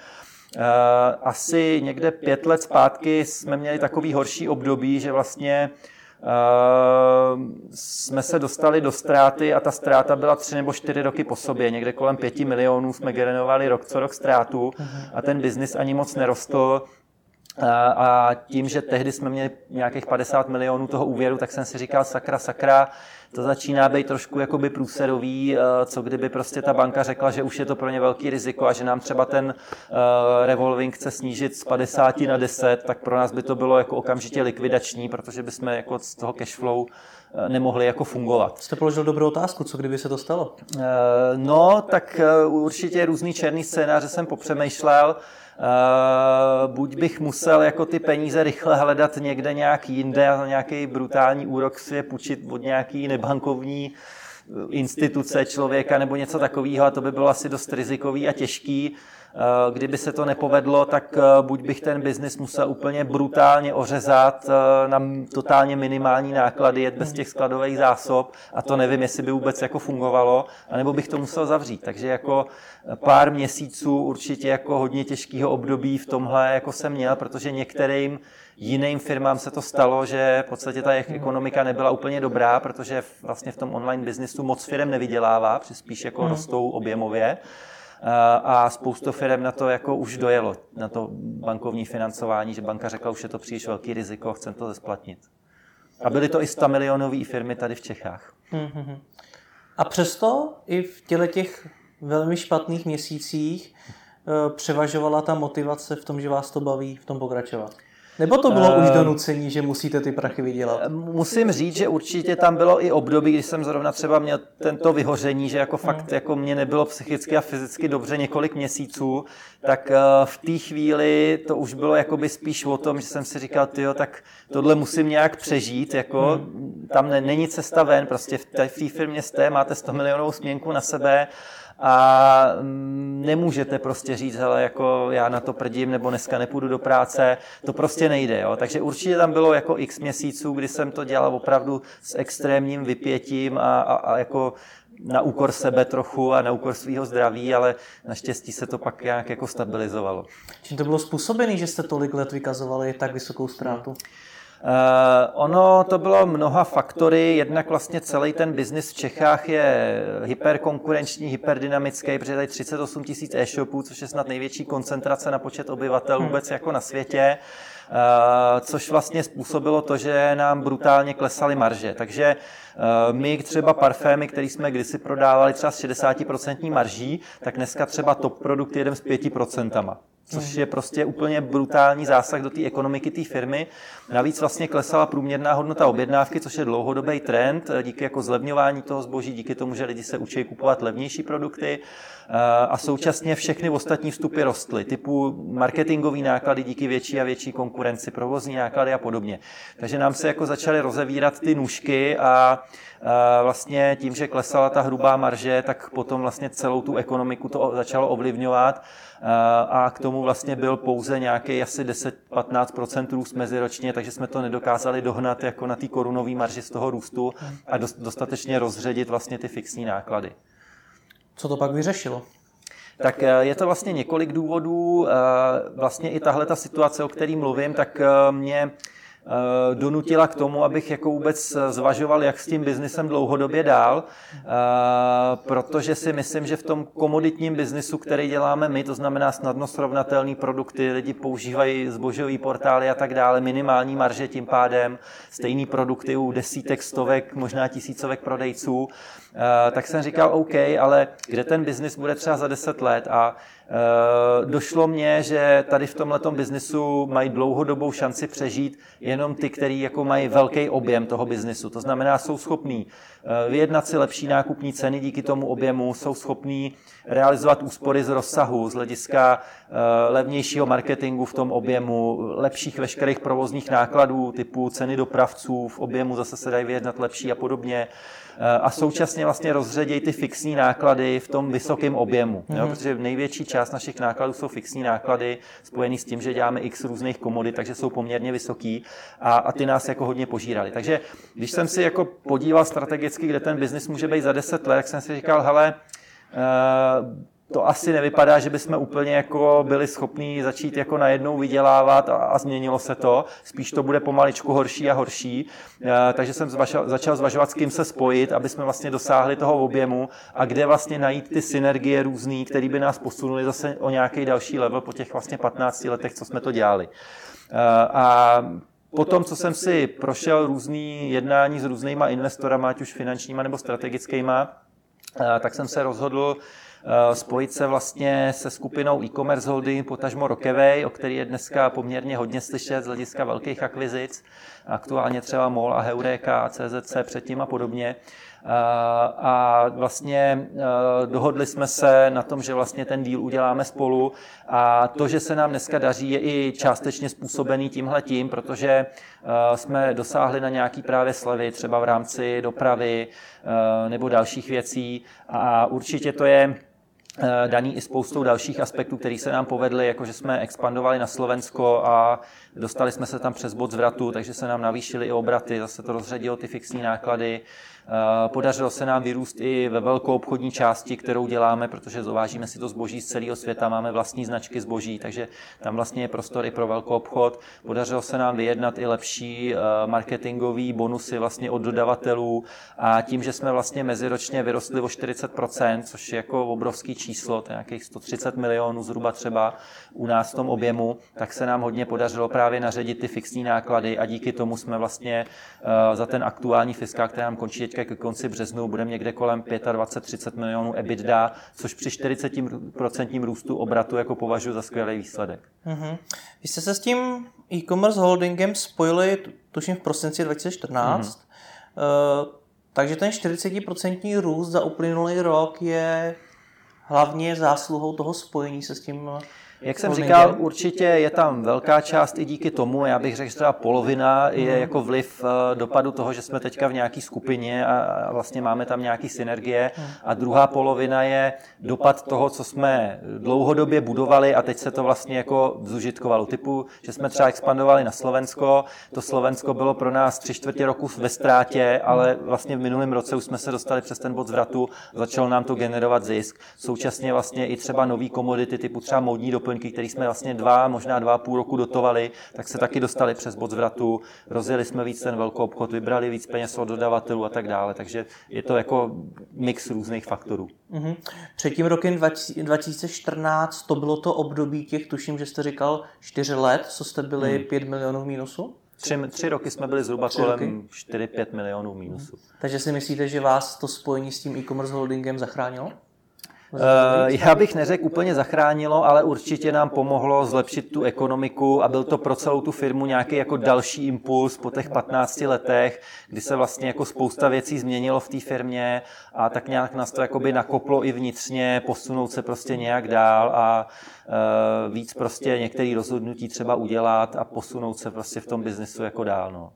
Speaker 2: Asi někde pět let zpátky jsme měli takový horší období, že vlastně Uh, jsme se dostali do ztráty a ta ztráta byla tři nebo čtyři roky po sobě. Někde kolem pěti milionů jsme generovali rok co rok ztrátu a ten biznis ani moc nerostl. A tím, že tehdy jsme měli nějakých padesát milionů toho úvěru, tak jsem si říkal sakra, sakra, to začíná být trošku jakoby průserový, co kdyby prostě ta banka řekla, že už je to pro ně velký riziko a že nám třeba ten revolving chce snížit z padesáti na deset, tak pro nás by to bylo jako okamžitě likvidační, protože bychom jako z toho cashflow nemohli jako fungovat.
Speaker 1: Jste položil dobrou otázku, co kdyby se to stalo?
Speaker 2: No, tak určitě různý černý scénáře jsem popřemýšlel. Uh, buď bych musel jako ty peníze rychle hledat někde nějak jinde a nějaký brutální úrok si je půjčit od nějaký nebankovní instituce člověka nebo něco takového a to by bylo asi dost rizikový a těžký. Uh, kdyby se to nepovedlo, tak uh, buď bych ten biznis musel úplně brutálně ořezat uh, na totálně minimální náklady, jet bez těch skladových zásob a to nevím, jestli by vůbec jako fungovalo, anebo bych to musel zavřít. Takže jako pár měsíců určitě jako hodně těžkého období v tomhle jako jsem měl, protože některým jiným firmám se to stalo, že v podstatě ta jejich ekonomika nebyla úplně dobrá, protože vlastně v tom online biznisu moc firem nevydělává, spíš jako rostou objemově. A spoustu firm na to jako už dojelo, na to bankovní financování, že banka řekla, už je to příliš velký riziko, chcem to zesplatnit. A byly to i sto milionové firmy tady v Čechách.
Speaker 1: A přesto i v těle těch velmi špatných měsících převažovala ta motivace v tom, že vás to baví v tom pokračovat? Nebo to bylo uh, už donucení, že musíte ty prachy vydělat?
Speaker 2: Musím říct, že určitě tam bylo i období, kdy jsem zrovna třeba měl tento vyhoření, že jako fakt hmm. jako mě nebylo psychicky a fyzicky dobře několik měsíců, tak uh, v té chvíli to už bylo jakoby spíš o tom, že jsem si říkal, tyjo, tak tohle musím nějak přežít, jako hmm. tam ne, není cesta ven, prostě v té firmě jste, máte sto milionovou směnku na sebe, a nemůžete prostě říct, hele, jako já na to prdím, nebo dneska nepůjdu do práce, to prostě nejde, jo. Takže určitě tam bylo jako x měsíců, kdy jsem to dělal opravdu s extrémním vypětím a, a, a jako na úkor sebe trochu a na úkor svého zdraví, ale naštěstí se to pak nějak jako stabilizovalo.
Speaker 1: Čím to bylo způsobené, že jste tolik let vykazovali tak vysokou ztrátu?
Speaker 2: Uh, ono to bylo mnoha faktory, jednak vlastně celý ten biznis v Čechách je hyperkonkurenční, hyperdynamický, protože tady třicet osm tisíc e-shopů, což je snad největší koncentrace na počet obyvatel vůbec jako na světě, uh, což vlastně způsobilo to, že nám brutálně klesaly marže. Takže uh, my třeba parfémy, které jsme kdysi prodávali třeba s šedesát procent marží, tak dneska třeba top produkt jedem s pět procent. Což je prostě úplně brutální zásah do té ekonomiky té firmy. Navíc vlastně klesala průměrná hodnota objednávky, což je dlouhodobý trend, díky jako zlevňování toho zboží, díky tomu, že lidi se učí kupovat levnější produkty a současně všechny ostatní vstupy rostly, typu marketingové náklady díky větší a větší konkurenci, provozní náklady a podobně. Takže nám se jako začaly rozevírat ty nůžky a vlastně tím, že klesala ta hrubá marže, tak potom vlastně celou tu ekonomiku to začalo ovlivňovat a k tomu vlastně byl pouze nějaký asi deset až patnáct procent růst meziročně, takže jsme to nedokázali dohnat jako na té korunové marži z toho růstu a dostatečně rozředit vlastně ty fixní náklady.
Speaker 1: Co to pak vyřešilo?
Speaker 2: Tak je to vlastně několik důvodů. Vlastně i tahle ta situace, o které mluvím, tak mě donutila k tomu, abych jako vůbec zvažoval, jak s tím biznisem dlouhodobě dál, protože si myslím, že v tom komoditním biznisu, který děláme my, to znamená snadno srovnatelné produkty, lidi používají zbožové portály a tak dále, minimální marže tím pádem, stejný produkty u desítek, stovek, možná tisícovek prodejců, tak jsem říkal OK, ale kde ten biznis bude třeba za deset let a došlo mně, že tady v tomhletom biznisu mají dlouhodobou šanci přežít jenom ty, kteří jako mají velký objem toho biznisu. To znamená, jsou schopní vyjednat si lepší nákupní ceny díky tomu objemu, jsou schopní realizovat úspory z rozsahu, z hlediska levnějšího marketingu v tom objemu, lepších veškerých provozních nákladů, typu ceny dopravců v objemu zase se dají vyjednat lepší a podobně. A současně vlastně rozředějí ty fixní náklady v tom vysokém objemu, mm-hmm. jo, protože největší část našich nákladů jsou fixní náklady spojený s tím, že děláme x různých komodit, takže jsou poměrně vysoký a, a ty nás jako hodně požírali. Takže když jsem si jako podíval strategicky, kde ten biznis může být za deset let, tak jsem si říkal, hele, uh, to asi nevypadá, že bychom úplně jako byli schopní začít jako najednou vydělávat a, a změnilo se to. Spíš to bude pomaličku horší a horší. E, takže jsem zvažal, začal zvažovat, s kým se spojit, aby jsme vlastně dosáhli toho objemu a kde vlastně najít ty synergie různý, které by nás posunuli zase o nějaký další level po těch vlastně patnácti letech, co jsme to dělali. E, a potom, co jsem si prošel různý jednání s různýma investorama, ať už finančníma nebo strategickýma, e, tak jsem se rozhodl spojit se vlastně se skupinou e-commerce holding, potažmo Rockaway, o který je dneska poměrně hodně slyšet z hlediska velkých akvizic, aktuálně třeba MOL a Heureka, C Z C předtím a podobně. A vlastně dohodli jsme se na tom, že vlastně ten deal uděláme spolu a to, že se nám dneska daří, je i částečně způsobený tímhletím, protože jsme dosáhli na nějaký právě slevy, třeba v rámci dopravy nebo dalších věcí a určitě to je daný i spoustou dalších aspektů, které se nám povedly, jakože jsme expandovali na Slovensko a dostali jsme se tam přes bod zvratu, takže se nám navýšily i obraty, zase to rozředilo ty fixní náklady. Podařilo se nám vyrůst i ve velkou obchodní části, kterou děláme, protože dovážíme si to zboží z celého světa, máme vlastní značky zboží, takže tam vlastně je prostor i pro velkou obchod. Podařilo se nám vyjednat i lepší marketingový bonusy vlastně od dodavatelů a tím, že jsme vlastně meziročně vyrostli o čtyřicet procent, což je jako obrovský číslo, to je nějakých sto třicet milionů zhruba třeba u nás v tom objemu, tak se nám hodně podařilo právě naředit ty fixní náklady a díky tomu jsme vlastně za ten aktuální fiskál, který nám končí teďka ke konci březnu, budeme někde kolem dvacet pět třicet milionů EBITDA, což při čtyřicet procent růstu obratu jako považuji za skvělý výsledek.
Speaker 1: Mm-hmm. Vy jste se s tím e-commerce holdingem spojili, tuším v prosinci dva tisíce čtrnáct, mm-hmm. uh, takže ten čtyřicet procent růst za uplynulý rok je hlavně zásluhou toho spojení se s tím.
Speaker 2: Jak jsem říkal, určitě je tam velká část i díky tomu, já bych řekl, že třeba polovina je jako vliv dopadu toho, že jsme teďka v nějaké skupině a vlastně máme tam nějaké synergie a druhá polovina je dopad toho, co jsme dlouhodobě budovali a teď se to vlastně jako zužitkovalo. Typu, že jsme třeba expandovali na Slovensko, to Slovensko bylo pro nás tři čtvrtě roku ve ztrátě, ale vlastně v minulém roce už jsme se dostali přes ten bod zvratu, začalo nám to generovat zisk. Současně vlastně i třeba nový komodity typu třeba módní doplňky, který jsme vlastně dva, možná dva a půl roku dotovali, tak se taky dostali přes bod zvratu, rozjeli jsme víc ten velký obchod, vybrali víc peněz od dodavatelů a tak dále, takže je to jako mix různých faktorů.
Speaker 1: Mm-hmm. Před tím rokem dva tisíce čtrnáct to bylo to období těch, tuším, že jste říkal čtyři let, co jste byli hmm. pět milionů v mínusu?
Speaker 2: Tři, tři roky jsme byli zhruba tři kolem roky? čtyři pět milionů mínusu. Hmm.
Speaker 1: Takže si myslíte, že vás to spojení s tím e-commerce holdingem zachránilo?
Speaker 2: Uh, já bych neřekl úplně zachránilo, ale určitě nám pomohlo zlepšit tu ekonomiku a byl to pro celou tu firmu nějaký jako další impuls po těch patnácti letech, kdy se vlastně jako spousta věcí změnilo v té firmě a tak nějak nás to jakoby nakoplo i vnitřně, posunout se prostě nějak dál a uh, víc prostě některé rozhodnutí třeba udělat a posunout se prostě v tom biznesu jako dál. No.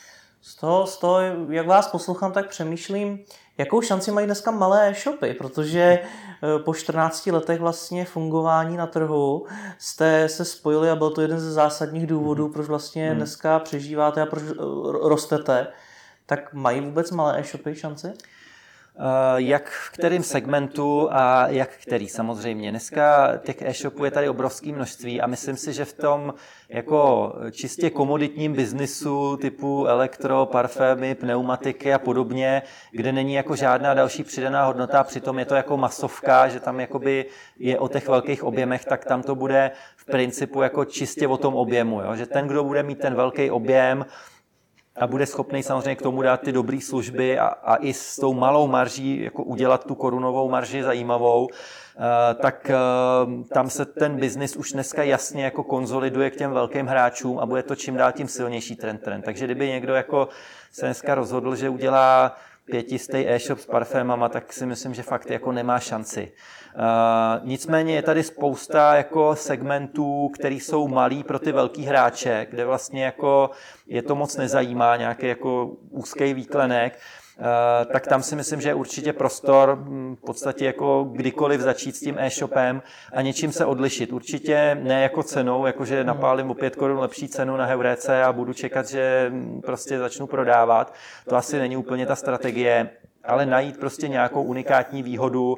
Speaker 1: Z toho, z toho, jak vás poslouchám, tak přemýšlím, jakou šanci mají dneska malé e-shopy, protože po čtrnácti letech vlastně fungování na trhu jste se spojili a byl to jeden ze zásadních důvodů, proč vlastně dneska přežíváte a proč rostete. Tak mají vůbec malé e-shopy šanci?
Speaker 2: Jak v kterém segmentu a jak který samozřejmě. Dneska těch e-shopů je tady obrovské množství a myslím si, že v tom jako čistě komoditním biznisu typu elektro, parfémy, pneumatiky a podobně, kde není jako žádná další přidaná hodnota, přitom je to jako masovka, že tam jakoby je o těch velkých objemech, tak tam to bude v principu jako čistě o tom objemu, jo? Že ten, kdo bude mít ten velký objem, a bude schopný samozřejmě k tomu dát ty dobré služby a, a i s tou malou marží jako udělat tu korunovou marži zajímavou, tak tam se ten biznis už dneska jasně jako konzoliduje k těm velkým hráčům a bude to čím dál tím silnější trend trend. Takže kdyby někdo jako se dneska rozhodl, že udělá pětistý e-shop s parfémama, tak si myslím, že fakt jako nemá šanci. Uh, nicméně je tady spousta jako segmentů, které jsou malý pro ty velký hráče, kde vlastně jako je to moc nezajímá, nějaký jako úzký výklenek. Uh, tak tam si myslím, že je určitě prostor v podstatě jako kdykoliv začít s tím e-shopem a něčím se odlišit. Určitě ne jako cenou, jakože napálím o pět korun lepší cenu na Heuréce a budu čekat, že prostě začnu prodávat. To asi není úplně ta strategie, ale najít prostě nějakou unikátní výhodu,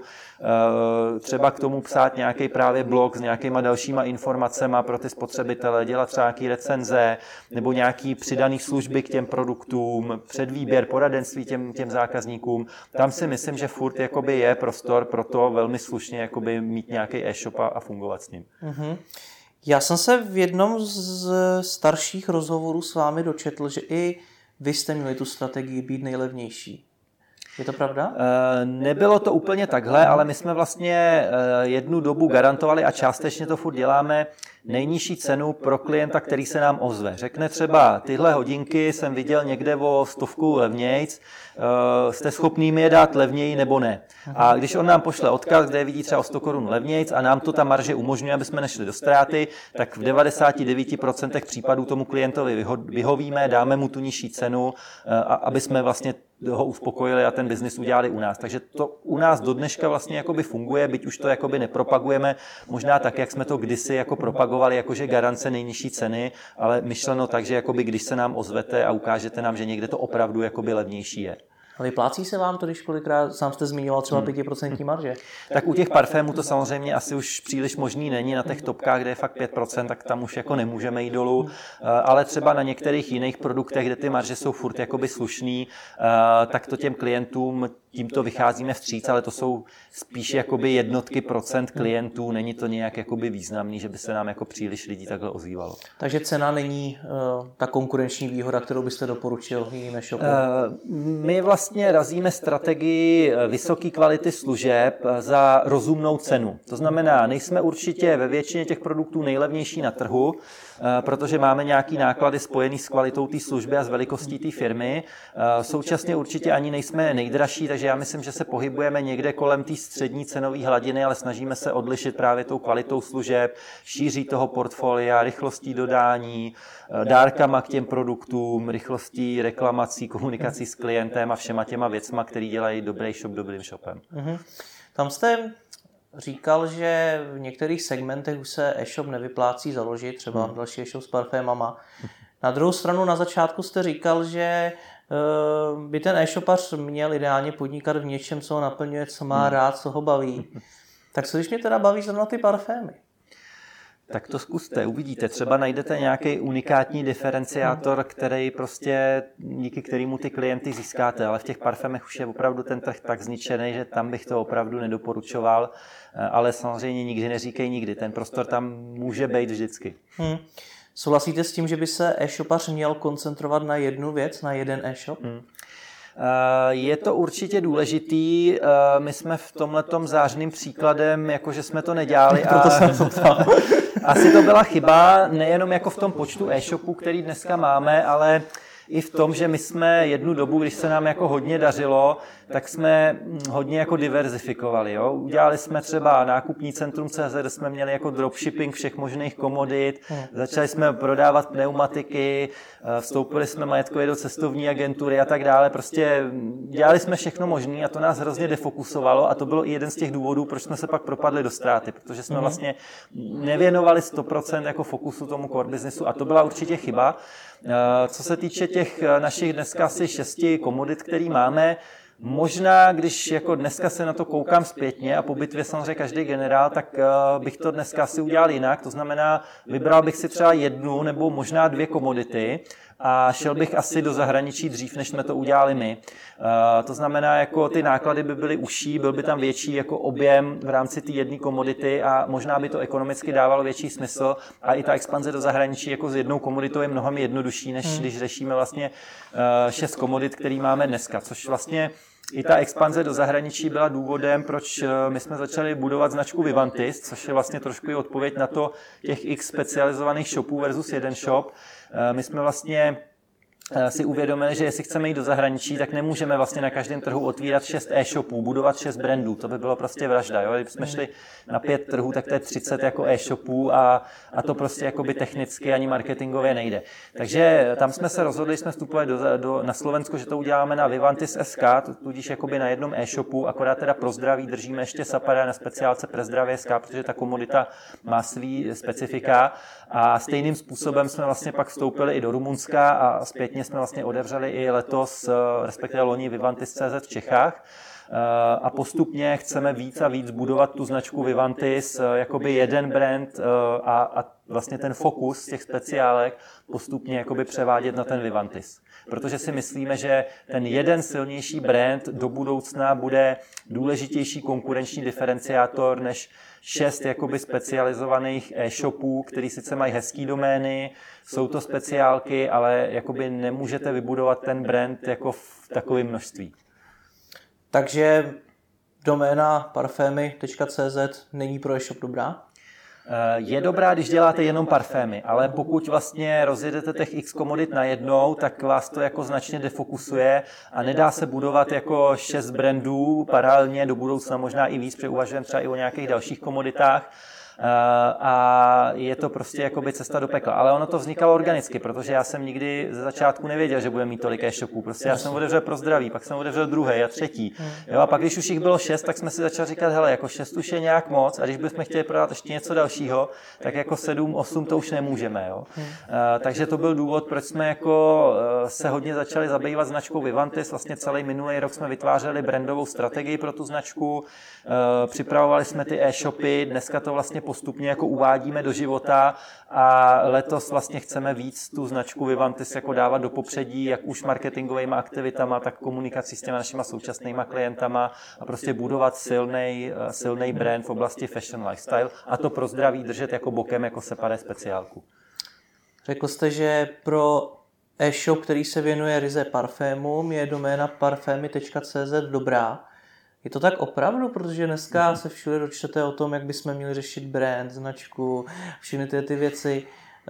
Speaker 2: třeba k tomu psát nějaký právě blog s nějakýma dalšíma informacemi pro ty spotřebitele, dělat třeba nějaký recenze nebo nějaký přidaný služby k těm produktům, předvýběr, poradenství těm, těm zákazníkům. Tam si myslím, že furt jakoby je prostor pro to velmi slušně jakoby mít nějaký e-shop a fungovat s ním.
Speaker 1: Mm-hmm. Já jsem se v jednom z starších rozhovorů s vámi dočetl, že i vy jste měli tu strategii být nejlevnější. Je to pravda?
Speaker 2: Nebylo to úplně takhle, ale my jsme vlastně jednu dobu garantovali a částečně to furt děláme nejnižší cenu pro klienta, který se nám ozve. Řekne třeba, tyhle hodinky jsem viděl někde o stovku levnějc, jste schopný mi je dát levněji nebo ne. A když on nám pošle odkaz, kde je vidí třeba o sto korun levnějc a nám to ta marže umožňuje, aby jsme nešli do ztráty, tak v devadesát devět procent případů tomu klientovi vyhovíme, dáme mu tu nižší cenu, aby jsme vlastně ho uspokojili a ten biznis udělali u nás. Takže to u nás do dneška vlastně jakoby funguje, byť už to jakoby nepropagujeme, možná tak, jak jsme to kdysi jako propagovali, jakože garance nejnižší ceny, ale myšleno tak, že jakoby když se nám ozvete a ukážete nám, že někde to opravdu jakoby levnější je.
Speaker 1: A vyplácí se vám to, když kolikrát, sám jste zmiňoval třeba pět procent marže?
Speaker 2: Tak u těch parfémů to samozřejmě asi už příliš možný není, na těch topkách, kde je fakt pět procent, tak tam už jako nemůžeme jít dolů, ale třeba na některých jiných produktech, kde ty marže jsou furt jakoby slušný, tak to těm klientům tímto vycházíme vstříc, ale to jsou spíš jakoby jednotky procent klientů, není to nějak jakoby významný, že by se nám jako příliš lidí takhle ozývalo.
Speaker 1: Takže cena není uh, ta konkurenční výhoda, kterou byste doporučil jiným e-shopům?
Speaker 2: Uh, my vlastně razíme strategii vysoké kvality služeb za rozumnou cenu. To znamená, nejsme určitě ve většině těch produktů nejlevnější na trhu, uh, protože máme nějaký náklady spojený s kvalitou té služby a s velikostí té firmy. Uh, současně určitě ani nejsme nejdražší, takže já myslím, že se pohybujeme někde kolem té střední cenové hladiny, ale snažíme se odlišit právě tou kvalitou služeb, šíří toho portfolia, rychlostí dodání, dárkama k těm produktům, rychlostí reklamací, komunikací s klientem a všema těma věcma, který dělají dobrý shop dobrým shopem.
Speaker 1: Mm-hmm. Tam jste říkal, že v některých segmentech už se e-shop nevyplácí založit, třeba hmm. další e-shop s parfémama. Na druhou stranu na začátku jste říkal, že by ten e-shopař měl ideálně podnikat v něčem, co ho naplňuje, co má rád, co ho baví. Tak co když mě teda baví zrovna ty parfémy?
Speaker 2: Tak to zkuste, uvidíte. Třeba najdete nějaký unikátní diferenciátor, který prostě, díky kterému ty klienty získáte, ale v těch parfémech už je opravdu ten trh tak zničený, že tam bych to opravdu nedoporučoval, ale samozřejmě nikdy neříkej nikdy. Ten prostor tam může být vždycky. Hmm.
Speaker 1: Souhlasíte s tím, že by se e-shopař měl koncentrovat na jednu věc, na jeden e-shop? Hmm.
Speaker 2: Je to určitě důležitý. My jsme v tomhletom zářným příkladem, jakože jsme to nedělali. A asi to byla chyba, nejenom jako v tom počtu e-shopů, který dneska máme, ale i v tom, že my jsme jednu dobu, když se nám jako hodně dařilo, tak jsme hodně jako diverzifikovali. Jo? Udělali jsme třeba nákupní centrum C Z, kde jsme měli jako dropshipping všech možných komodit, začali jsme prodávat pneumatiky, vstoupili jsme majetkově do cestovní agentury a tak dále. Prostě dělali jsme všechno možné a to nás hrozně defokusovalo a to bylo i jeden z těch důvodů, proč jsme se pak propadli do ztráty, protože jsme vlastně nevěnovali sto procent jako fokusu tomu core businessu a to byla určitě chyba. Co se týče těch našich dneska asi šesti komodit, který máme, možná, když jako dneska se na to koukám zpětně a po bitvě samozřejmě každý generál, tak bych to dneska asi udělal jinak. To znamená, vybral bych si třeba jednu nebo možná dvě komodity a šel bych asi do zahraničí dřív, než jsme to udělali my. To znamená, jako ty náklady by byly užší, byl by tam větší jako objem v rámci té jedné komodity a možná by to ekonomicky dávalo větší smysl a i ta expanze do zahraničí jako s jednou komoditou je mnohem jednodušší, než hmm. když řešíme vlastně šest komodit, který máme dneska, což vlastně i ta expanze do zahraničí byla důvodem, proč my jsme začali budovat značku Vivantis, což je vlastně trošku i odpověď na to těch x specializovaných shopů versus jeden shop. My jsme vlastně si uvědomili, že jestli chceme jít do zahraničí, tak nemůžeme vlastně na každém trhu otvírat šest e-shopů, budovat šest brandů, to by bylo prostě vražda. Jo? Kdyby jsme šli na pět trhů, tak to je třicet jako e-shopů a, a to prostě jakoby technicky ani marketingově nejde. Takže tam jsme se rozhodli, jsme vstupovali do, do, na Slovensko, že to uděláme na Vivantis tečka es ká, tudíž jakoby na jednom e-shopu, akorát teda pro zdraví držíme ještě Sapara na speciálce pre zdravě tečka es ká, protože ta komodita má svý specifika a stejným způsobem jsme vlastně pak vstoupili i do Rumunska a zpětně jsme vlastně otevřeli i letos, respektive loni Vivantis tečka cé zet v Čechách a postupně chceme víc a víc budovat tu značku Vivantis, jakoby jeden brand a, a vlastně ten fokus těch speciálek postupně jakoby převádět na ten Vivantis. Protože si myslíme, že ten jeden silnější brand do budoucna bude důležitější konkurenční diferenciátor než šest jakoby specializovaných e-shopů, který sice mají hezký domény, jsou to speciálky, ale jakoby nemůžete vybudovat ten brand jako v takovém množství.
Speaker 1: Takže doména parfémy tečka cé zet není pro e-shop dobrá?
Speaker 2: Je dobrá, když děláte jenom parfémy, ale pokud vlastně rozjedete těch x komodit najednou, tak vás to jako značně defokusuje a nedá se budovat jako šest brandů paralelně do budoucna, možná i víc, protože uvažujeme třeba i o nějakých dalších komoditách. A je to prostě jakoby cesta do pekla. Ale ono to vznikalo organicky, protože já jsem nikdy ze začátku nevěděl, že bude mít tolik e-shopů. Prostě já jsem otevřel pro zdraví, pak jsem otevřel druhý a třetí. Jo, a pak, když už jich bylo šest, tak jsme si začali říkat, hele, jako šest už je nějak moc a když bychom chtěli prodat ještě něco dalšího, tak jako sedm, osm to už nemůžeme. Jo. Hmm. Takže to byl důvod, proč jsme jako se hodně začali zabývat značkou Vivantis. Vlastně celý minulý rok jsme vytvářeli brandovou strategii pro tu značku. Připravovali jsme ty e-shopy, dneska to vlastně postupně jako uvádíme do života a letos vlastně chceme víc tu značku Vivantis jako dávat do popředí, jak už marketingovými aktivitama, tak komunikací s těma našima současnými klientama a prostě budovat silnej, silnej brand v oblasti fashion lifestyle a to pro zdraví držet jako bokem, jako separé speciálku.
Speaker 1: Řekl jste, že pro e-shop, který se věnuje ryze parfémům, je doména parfémy tečka cé zet dobrá. Je to tak opravdu, protože dneska se všude dočtete o tom, jak bychom měli řešit brand, značku, všechny ty, ty věci.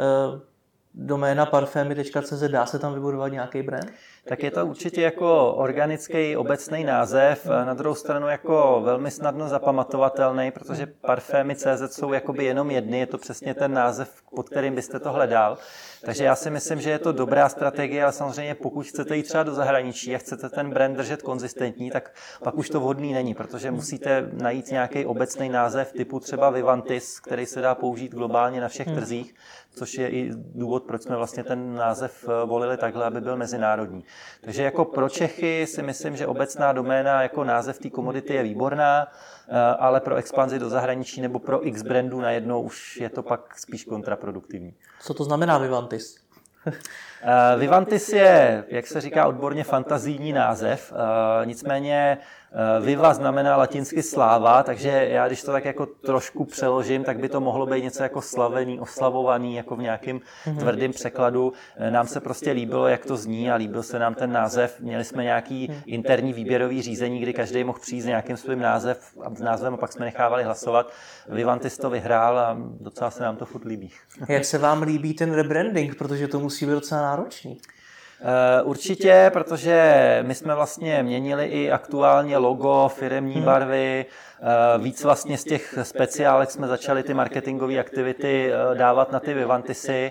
Speaker 1: Doména parfémy tečka cé zet, dá se tam vybudovat nějaký brand?
Speaker 2: Tak je to určitě jako organický obecný název, na druhou stranu jako velmi snadno zapamatovatelný, protože parfémy tečka cé zet jsou jakoby jenom jedny, je to přesně ten název, pod kterým byste to hledal. Takže já si myslím, že je to dobrá strategie, ale samozřejmě pokud chcete jít třeba do zahraničí a chcete ten brand držet konzistentní, tak pak už to vhodný není, protože musíte najít nějaký obecný název typu třeba Vivantis, který se dá použít globálně na všech trzích, což je i důvod, proč jsme vlastně ten název volili takhle, aby byl mezinárodní. Takže jako pro Čechy si myslím, že obecná doména jako název té komodity je výborná, ale pro expanzi do zahraničí nebo pro x brandů najednou už je to pak spíš kontraproduktivní.
Speaker 1: Co to znamená Vivantis?
Speaker 2: Uh, Vivantis je, jak se říká odborně, fantazijní název, uh, nicméně uh, Viva znamená latinsky sláva, takže já když to tak jako trošku přeložím, tak by to mohlo být něco jako slavený, oslavovaný, jako v nějakém mm-hmm. tvrdém překladu. Nám se prostě líbilo, jak to zní a líbil se nám ten název. Měli jsme nějaký mm. interní výběrový řízení, kdy každý mohl přijít s nějakým svým název, názvem a pak jsme nechávali hlasovat. Vivantis to vyhrál a docela se nám to furt líbí.
Speaker 1: Jak se vám líbí ten rebranding, protože to musí být docela náročný?
Speaker 2: Určitě, protože my jsme vlastně měnili i aktuálně logo, firemní hmm. barvy, víc vlastně z těch speciálek jsme začali ty marketingové aktivity dávat na ty Vivantisy.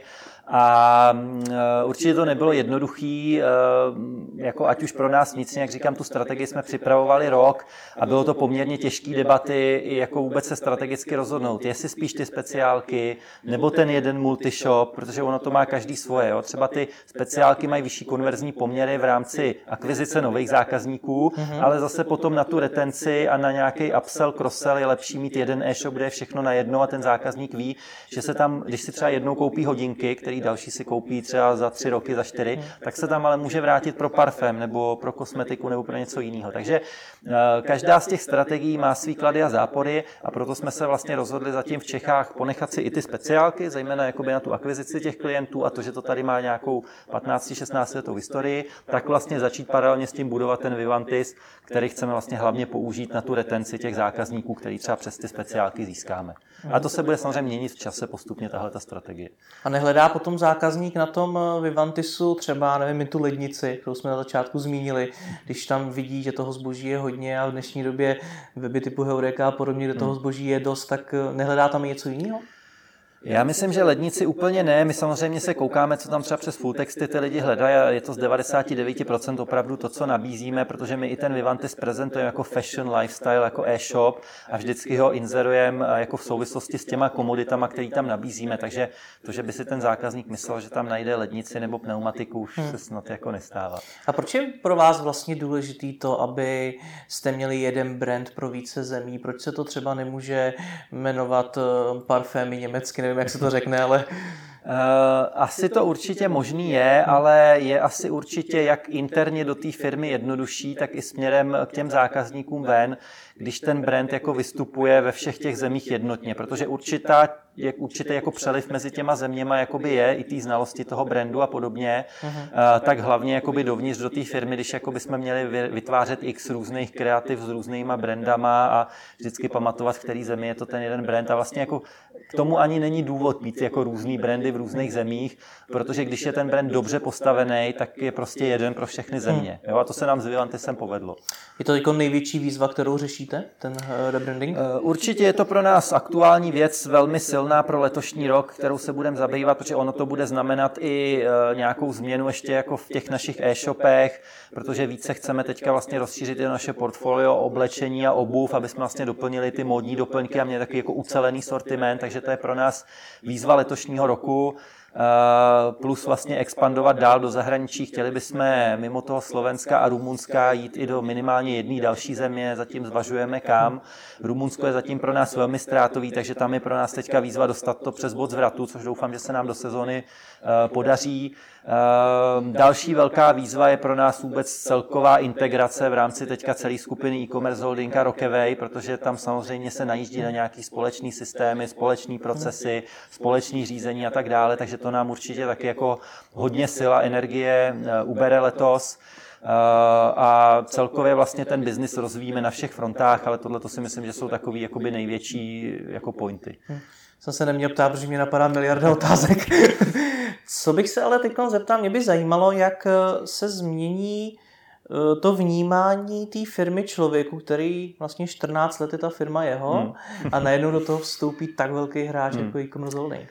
Speaker 2: A určitě to nebylo jednoduchý, jako ať už pro nás nic, jak říkám, tu strategii jsme připravovali rok a bylo to poměrně těžké debaty, jako vůbec se strategicky rozhodnout, jestli spíš ty speciálky, nebo ten jeden multishop, protože ono to má každý svoje. Jo. Třeba ty speciálky mají vyšší konverzní poměry v rámci akvizice nových zákazníků, mm-hmm. ale zase potom na tu retenci a na nějaký upsell, cross-sell je lepší mít jeden e-shop, kde je všechno na jedno a ten zákazník ví, že se tam, když si třeba jednou koupí hodinky, který který další si koupí třeba za tři roky, za čtyři, tak se tam ale může vrátit pro parfém nebo pro kosmetiku nebo pro něco jiného. Takže každá z těch strategií má svý klady a zápory a proto jsme se vlastně rozhodli zatím v Čechách ponechat si i ty speciálky, zejména jakoby na tu akvizici těch klientů a to, že to tady má nějakou patnáct šestnáct letou historii, tak vlastně začít paralelně s tím budovat ten Vivantis, který chceme vlastně hlavně použít na tu retenci těch zákazníků, který třeba přes ty speciálky získáme. A to se bude samozřejmě měnit v čase postupně tahle ta strategie.
Speaker 1: A nehledá potom zákazník na tom Vivantisu třeba, nevím, i tu lednici, kterou jsme na začátku zmínili, když tam vidí, že toho zboží je hodně a v dnešní době weby typu Heureka a podobně, kde toho zboží je dost, tak nehledá tam i něco jiného?
Speaker 2: Já myslím, že lednici úplně ne. My samozřejmě se koukáme, co tam třeba přes full texty ty lidi hledají a je to z devadesát devět procent opravdu to, co nabízíme, protože my i ten Vivantis prezentujeme jako fashion lifestyle, jako e-shop a vždycky ho inzerujeme jako v souvislosti s těma komoditama, který tam nabízíme. Takže to, že by si ten zákazník myslel, že tam najde lednici nebo pneumatiku, už hmm. se snad jako nestává.
Speaker 1: A proč je pro vás vlastně důležitý to, aby jste měli jeden brand pro více zemí? Proč se to třeba nemůže jmenovat parfémy německy, nevím, jak se to řekne, ale...
Speaker 2: Uh, asi to určitě možný je, ale je asi určitě jak interně do té firmy jednodušší, tak i směrem k těm zákazníkům ven, když ten brand jako vystupuje ve všech těch zemích jednotně, protože určitá, jak určitý jako přeliv mezi těma zeměma jakoby je, i té znalosti toho brandu a podobně, uh-huh. uh, tak hlavně jakoby dovnitř do té firmy, když jakoby jsme měli vytvářet x různých kreativ s různýma brandama a vždycky pamatovat, v který zemi je to ten jeden brand a vlastně jako k tomu ani není důvod mít jako různý brandy v různých zemích, protože když je ten brand dobře postavený, tak je prostě jeden pro všechny země. Jo? A to se nám s Vivantisem povedlo.
Speaker 1: Je to jako největší výzva, kterou řešíte, ten rebranding?
Speaker 2: Určitě je to pro nás aktuální věc, velmi silná pro letošní rok, kterou se budeme zabývat, protože ono to bude znamenat i nějakou změnu ještě jako v těch našich e-shopech, protože více chceme teďka vlastně rozšířit i naše portfolio oblečení a obuv, aby jsme vlastně doplnili ty módní doplňky a měli takový jako ucelený sortiment, takže to je pro nás výzva letošního roku. Plus vlastně expandovat dál do zahraničí. Chtěli bychom mimo toho Slovenska a Rumunska jít i do minimálně jedné další země, zatím zvažujeme kam. Rumunsko je zatím pro nás velmi ztrátový, takže tam je pro nás teďka výzva dostat to přes bod zvratu, což doufám, že se nám do sezóny podaří. Další velká výzva je pro nás vůbec celková integrace v rámci teďka celé skupiny e-commerce holdinga Rockaway, protože tam samozřejmě se najíždí na nějaký společný systémy, společný procesy, společný řízení a tak dále, takže to nám určitě taky jako hodně sil a energie ubere letos. A celkově vlastně ten biznis rozvíjíme na všech frontách, ale tohle to si myslím, že jsou takový jakoby největší jako pointy.
Speaker 1: Jsem se neměl ptát, protože mě napadá miliarda otázek. Co bych se ale teď zeptal, mě by zajímalo, jak se změní to vnímání té firmy člověku, který vlastně čtrnáct let je ta firma jeho hmm. a najednou do toho vstoupí tak velký hráč hmm. jako e-commerce holding.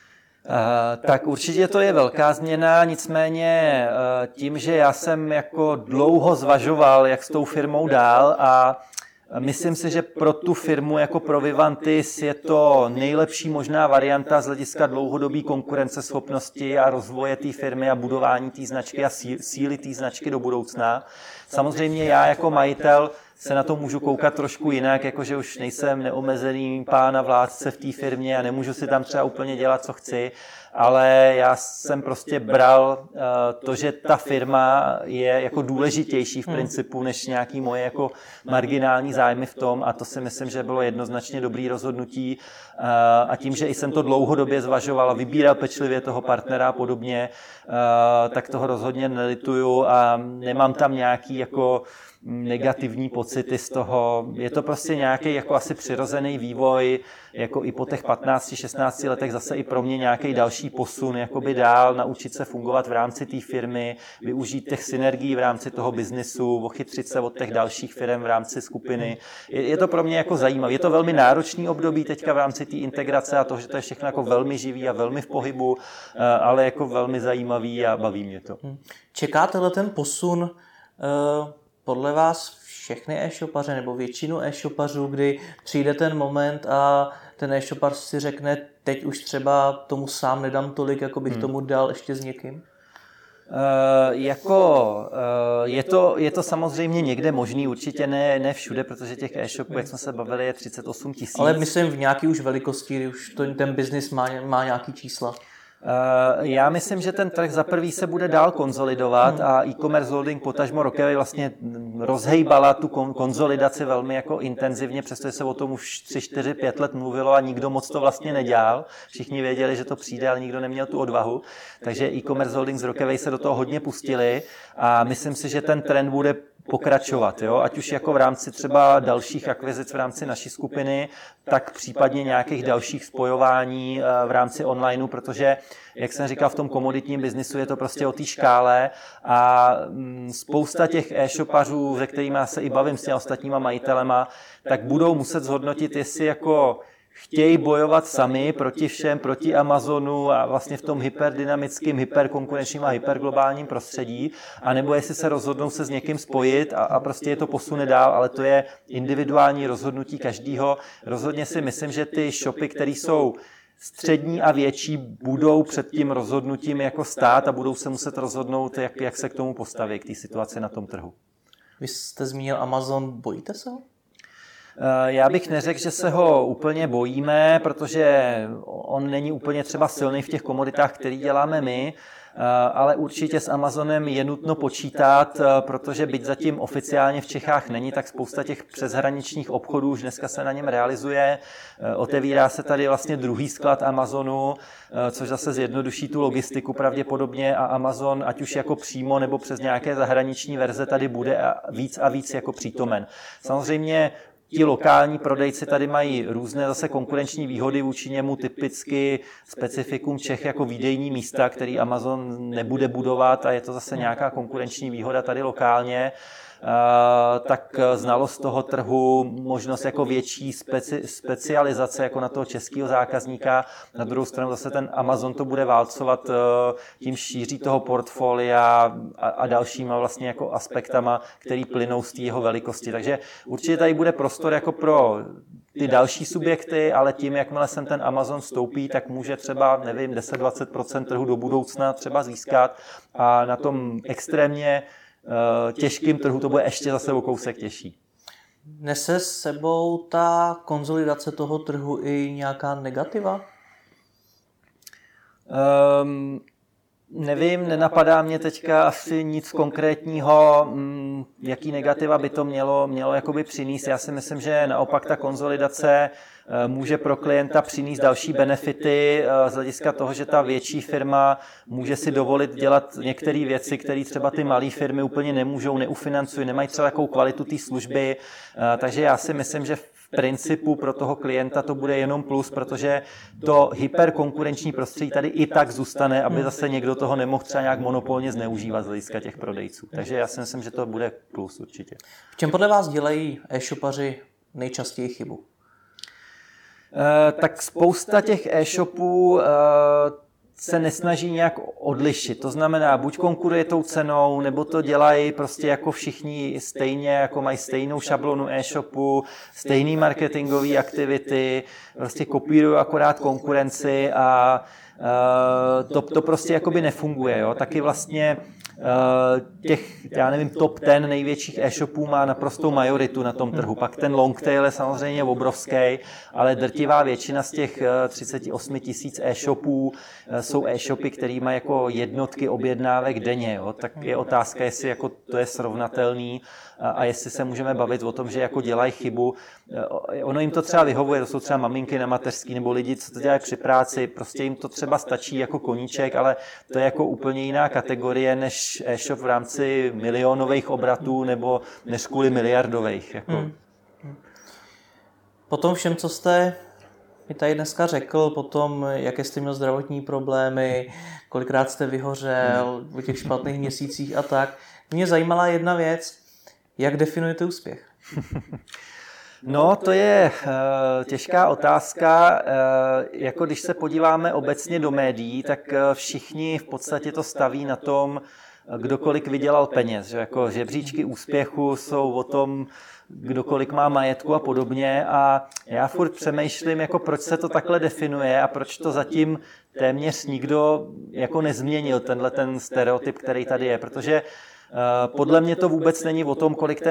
Speaker 2: Uh, tak určitě to je velká změna, nicméně uh, tím, že já jsem jako dlouho zvažoval, jak s tou firmou dál a myslím si, že pro tu firmu jako pro Vivantis je to nejlepší možná varianta z hlediska dlouhodobé konkurenceschopnosti a rozvoje té firmy a budování té značky a síly té značky do budoucna. Samozřejmě já jako majitel se na to můžu koukat trošku jinak, jakože už nejsem neomezený pán a vládce v té firmě a nemůžu si tam třeba úplně dělat, co chci, ale já jsem prostě bral uh, to, že ta firma je jako důležitější v principu, než nějaký moje jako marginální zájmy v tom a to si myslím, že bylo jednoznačně dobrý rozhodnutí uh, a tím, že i jsem to dlouhodobě zvažoval a vybíral pečlivě toho partnera a podobně, uh, tak toho rozhodně nelituju a nemám tam nějaký jako negativní pocity z toho. Je to prostě nějaký jako asi přirozený vývoj, jako i po těch patnácti šestnácti letech zase i pro mě nějaký další posun, jakoby dál, naučit se fungovat v rámci té firmy, využít těch synergií v rámci toho biznisu, ochytřit se od těch dalších firm v rámci skupiny. Je, je to pro mě jako zajímavé. Je to velmi náročný období teďka v rámci té integrace a to, že to je všechno jako velmi živý a velmi v pohybu, ale jako velmi zajímavý a baví mě to.
Speaker 1: Čekáte ten posun uh... podle vás všechny e-shopaře nebo většinu e-shopařů, kdy přijde ten moment a ten e-shopař si řekne, teď už třeba tomu sám nedám tolik, jako bych hmm. tomu dal ještě s někým?
Speaker 2: Uh, jako, uh, je, to, je to samozřejmě někde možný, určitě ne, ne všude, protože těch e-shopů, jak jsme se bavili, je třicet osm tisíc.
Speaker 1: Ale myslím v nějaký už velikosti, kdy už to, ten biznis má, má nějaký čísla.
Speaker 2: Já myslím, že ten trh za prvý se bude dál konzolidovat a e-commerce holding potažmo Rockaway vlastně rozhejbala tu konzolidaci velmi jako intenzivně, přestože se o tom už tři, čtyři, pět let mluvilo a nikdo moc to vlastně nedělal. Všichni věděli, že to přijde, ale nikdo neměl tu odvahu. Takže e-commerce holding z Rockaway se do toho hodně pustili a myslím si, že ten trend bude pokračovat, jo? Ať už jako v rámci třeba dalších akvizic v rámci naší skupiny, tak případně nějakých dalších spojování v rámci onlineu, protože, jak jsem říkal, v tom komoditním biznisu je to prostě o té škále a spousta těch e-shopařů, se kterými se i bavím s těmi ostatníma majitelema, tak budou muset zhodnotit, jestli jako chtějí bojovat sami proti všem, proti Amazonu a vlastně v tom hyperdynamickém, hyperkonkurenčním a hyperglobálním prostředí, anebo jestli se rozhodnou se s někým spojit a, a prostě je to posune dál, ale to je individuální rozhodnutí každého. Rozhodně si myslím, že ty shopy, které jsou střední a větší, budou před tím rozhodnutím jako stát a budou se muset rozhodnout, jak, jak se k tomu postaví, k té situaci na tom trhu.
Speaker 1: Vy jste zmínil Amazon, bojíte se ho?
Speaker 2: Já bych neřekl, že se ho úplně bojíme, protože on není úplně třeba silný v těch komoditách, které děláme my, ale určitě s Amazonem je nutno počítat, protože byť zatím oficiálně v Čechách není, tak spousta těch přeshraničních obchodů už dneska se na něm realizuje. Otevírá se tady vlastně druhý sklad Amazonu, což zase zjednoduší tu logistiku pravděpodobně a Amazon, ať už jako přímo nebo přes nějaké zahraniční verze, tady bude víc a víc jako přítomen. Samozřejmě ti lokální prodejci tady mají různé zase konkurenční výhody vůči němu, typicky specifikum Čech jako výdejní místa, který Amazon nebude budovat a je to zase nějaká konkurenční výhoda tady lokálně. Tak znalost toho trhu, možnost jako větší speci, specializace jako na toho českého zákazníka. Na druhou stranu zase ten Amazon to bude válcovat tím šíří toho portfolia a, a dalšíma vlastně jako aspektama, který plynou z té jeho velikosti. Takže určitě tady bude prostor jako pro ty další subjekty, ale tím, jakmile sem ten Amazon vstoupí, tak může třeba, nevím, deset až dvacet procent trhu do budoucna třeba získat a na tom extrémně těžkým trhu to bude ještě zase o kousek těžší.
Speaker 1: Nese s sebou ta konsolidace toho trhu i nějaká negativa?
Speaker 2: Um, nevím, nenapadá mě teďka asi nic konkrétního, jaký negativa by to mělo, mělo jakoby přinést. Já si myslím, že naopak ta konsolidace může pro klienta přinést další benefity z hlediska toho, že ta větší firma může si dovolit dělat některé věci, které třeba ty malé firmy úplně nemůžou, neufinancují, nemají třeba takovou kvalitu té služby. Takže já si myslím, že v principu pro toho klienta to bude jenom plus, protože to hyperkonkurenční prostředí tady i tak zůstane, aby zase někdo toho nemohl třeba nějak monopolně zneužívat z hlediska těch prodejců. Takže já si myslím, že to bude plus určitě.
Speaker 1: V čem podle vás dělají e-shopaři nejčastěji chybu?
Speaker 2: Tak spousta těch e-shopů se nesnaží nějak odlišit. To znamená, buď konkuruje tou cenou, nebo to dělají prostě jako všichni stejně, jako mají stejnou šablonu e-shopu, stejný marketingové aktivity, prostě kopírují akorát konkurenci a to, to prostě jakoby nefunguje. Jo? Taky vlastně těch, já nevím, top deset největších e-shopů má naprostou majoritu na tom trhu. Pak ten long tail je samozřejmě obrovský, ale drtivá většina z těch třicet osm tisíc e-shopů jsou e-shopy, které mají jako jednotky objednávek denně. Jo? Tak je otázka, jestli jako to je srovnatelný a jestli se můžeme bavit o tom, že jako dělají chybu. Ono jim to třeba vyhovuje, to jsou třeba maminky na mateřský nebo lidi, co to dělají při práci, prostě jim to třeba stačí jako koníček, ale to je jako úplně jiná kategorie než e-shop v rámci milionových obratů nebo než kvůli miliardových. Jako. Hmm.
Speaker 1: Po tom všem, co jste mi tady dneska řekl, potom, jaké jste měl zdravotní problémy, kolikrát jste vyhořel v těch špatných měsících a tak, mě zajímala jedna věc, jak definujete úspěch?
Speaker 2: No, to je uh, těžká otázka. Uh, jako když se podíváme obecně do médií, tak uh, všichni v podstatě to staví na tom, kdo kolik vydělal peněz. Že jako žebříčky úspěchu jsou o tom, kdo kolik má majetku a podobně. A já furt přemýšlím, jako proč se to takhle definuje a proč to zatím téměř nikdo jako nezměnil, tenhle ten stereotyp, který tady je. Protože uh, podle mě to vůbec není o tom, kolik ten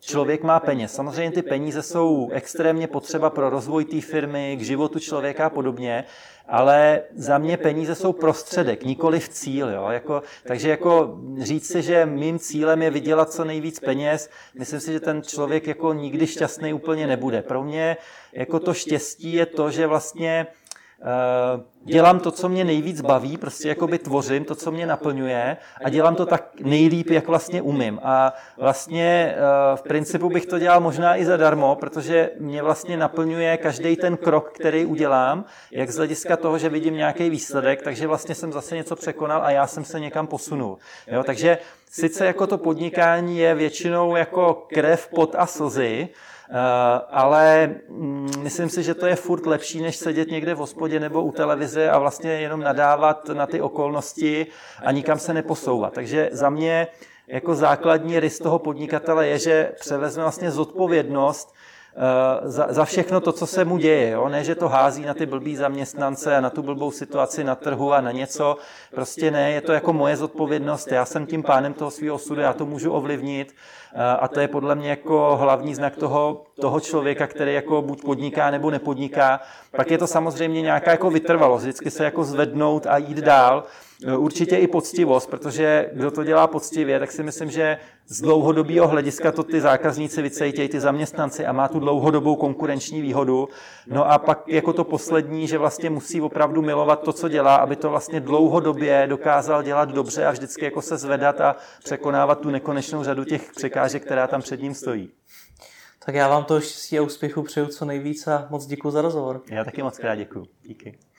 Speaker 2: člověk má peněz. Samozřejmě ty peníze jsou extrémně potřeba pro rozvoj té firmy, k životu člověka a podobně, ale za mě peníze jsou prostředek, nikoliv cíl. Jo? Jako, takže jako říct si, že mým cílem je vydělat co nejvíc peněz, myslím si, že ten člověk jako nikdy šťastný úplně nebude. Pro mě jako to štěstí je to, že vlastně Uh, dělám to, co mě nejvíc baví, prostě jakoby tvořím to, co mě naplňuje a dělám to tak nejlíp, jak vlastně umím. A vlastně uh, v principu bych to dělal možná i zadarmo, protože mě vlastně naplňuje každý ten krok, který udělám, jak z hlediska toho, že vidím nějaký výsledek, takže vlastně jsem zase něco překonal a já jsem se někam posunul. Jo, takže sice jako to podnikání je většinou jako krev, pot a slzy, Uh, ale mm, myslím si, že to je furt lepší, než sedět někde v hospodě nebo u televize a vlastně jenom nadávat na ty okolnosti a nikam se neposouvat. Takže za mě jako základní rys toho podnikatele je, že převezme vlastně zodpovědnost uh, za, za všechno to, co se mu děje. Jo? Ne, že to hází na ty blbý zaměstnance a na tu blbou situaci na trhu a na něco. Prostě ne, je to jako moje zodpovědnost. Já jsem tím pánem toho svého osudu, já to můžu ovlivnit. A to je podle mě jako hlavní znak toho, toho člověka, který jako buď podniká nebo nepodniká. Pak je to samozřejmě nějaká jako vytrvalost, vždycky se jako zvednout a jít dál. Určitě i poctivost, protože kdo to dělá poctivě, tak si myslím, že z dlouhodobého hlediska to ty zákazníci vycejtějí, ty zaměstnanci a má tu dlouhodobou konkurenční výhodu. No a pak jako to poslední, že vlastně musí opravdu milovat to, co dělá, aby to vlastně dlouhodobě dokázal dělat dobře a vždycky jako se zvedat a překonávat tu nekonečnou řadu těch překážek, která tam před ním stojí.
Speaker 1: Tak já vám to štěstí a úspěchu přeju co nejvíc a moc děkuji za rozhovor.
Speaker 2: Já taky moc krát děkuji. Díky.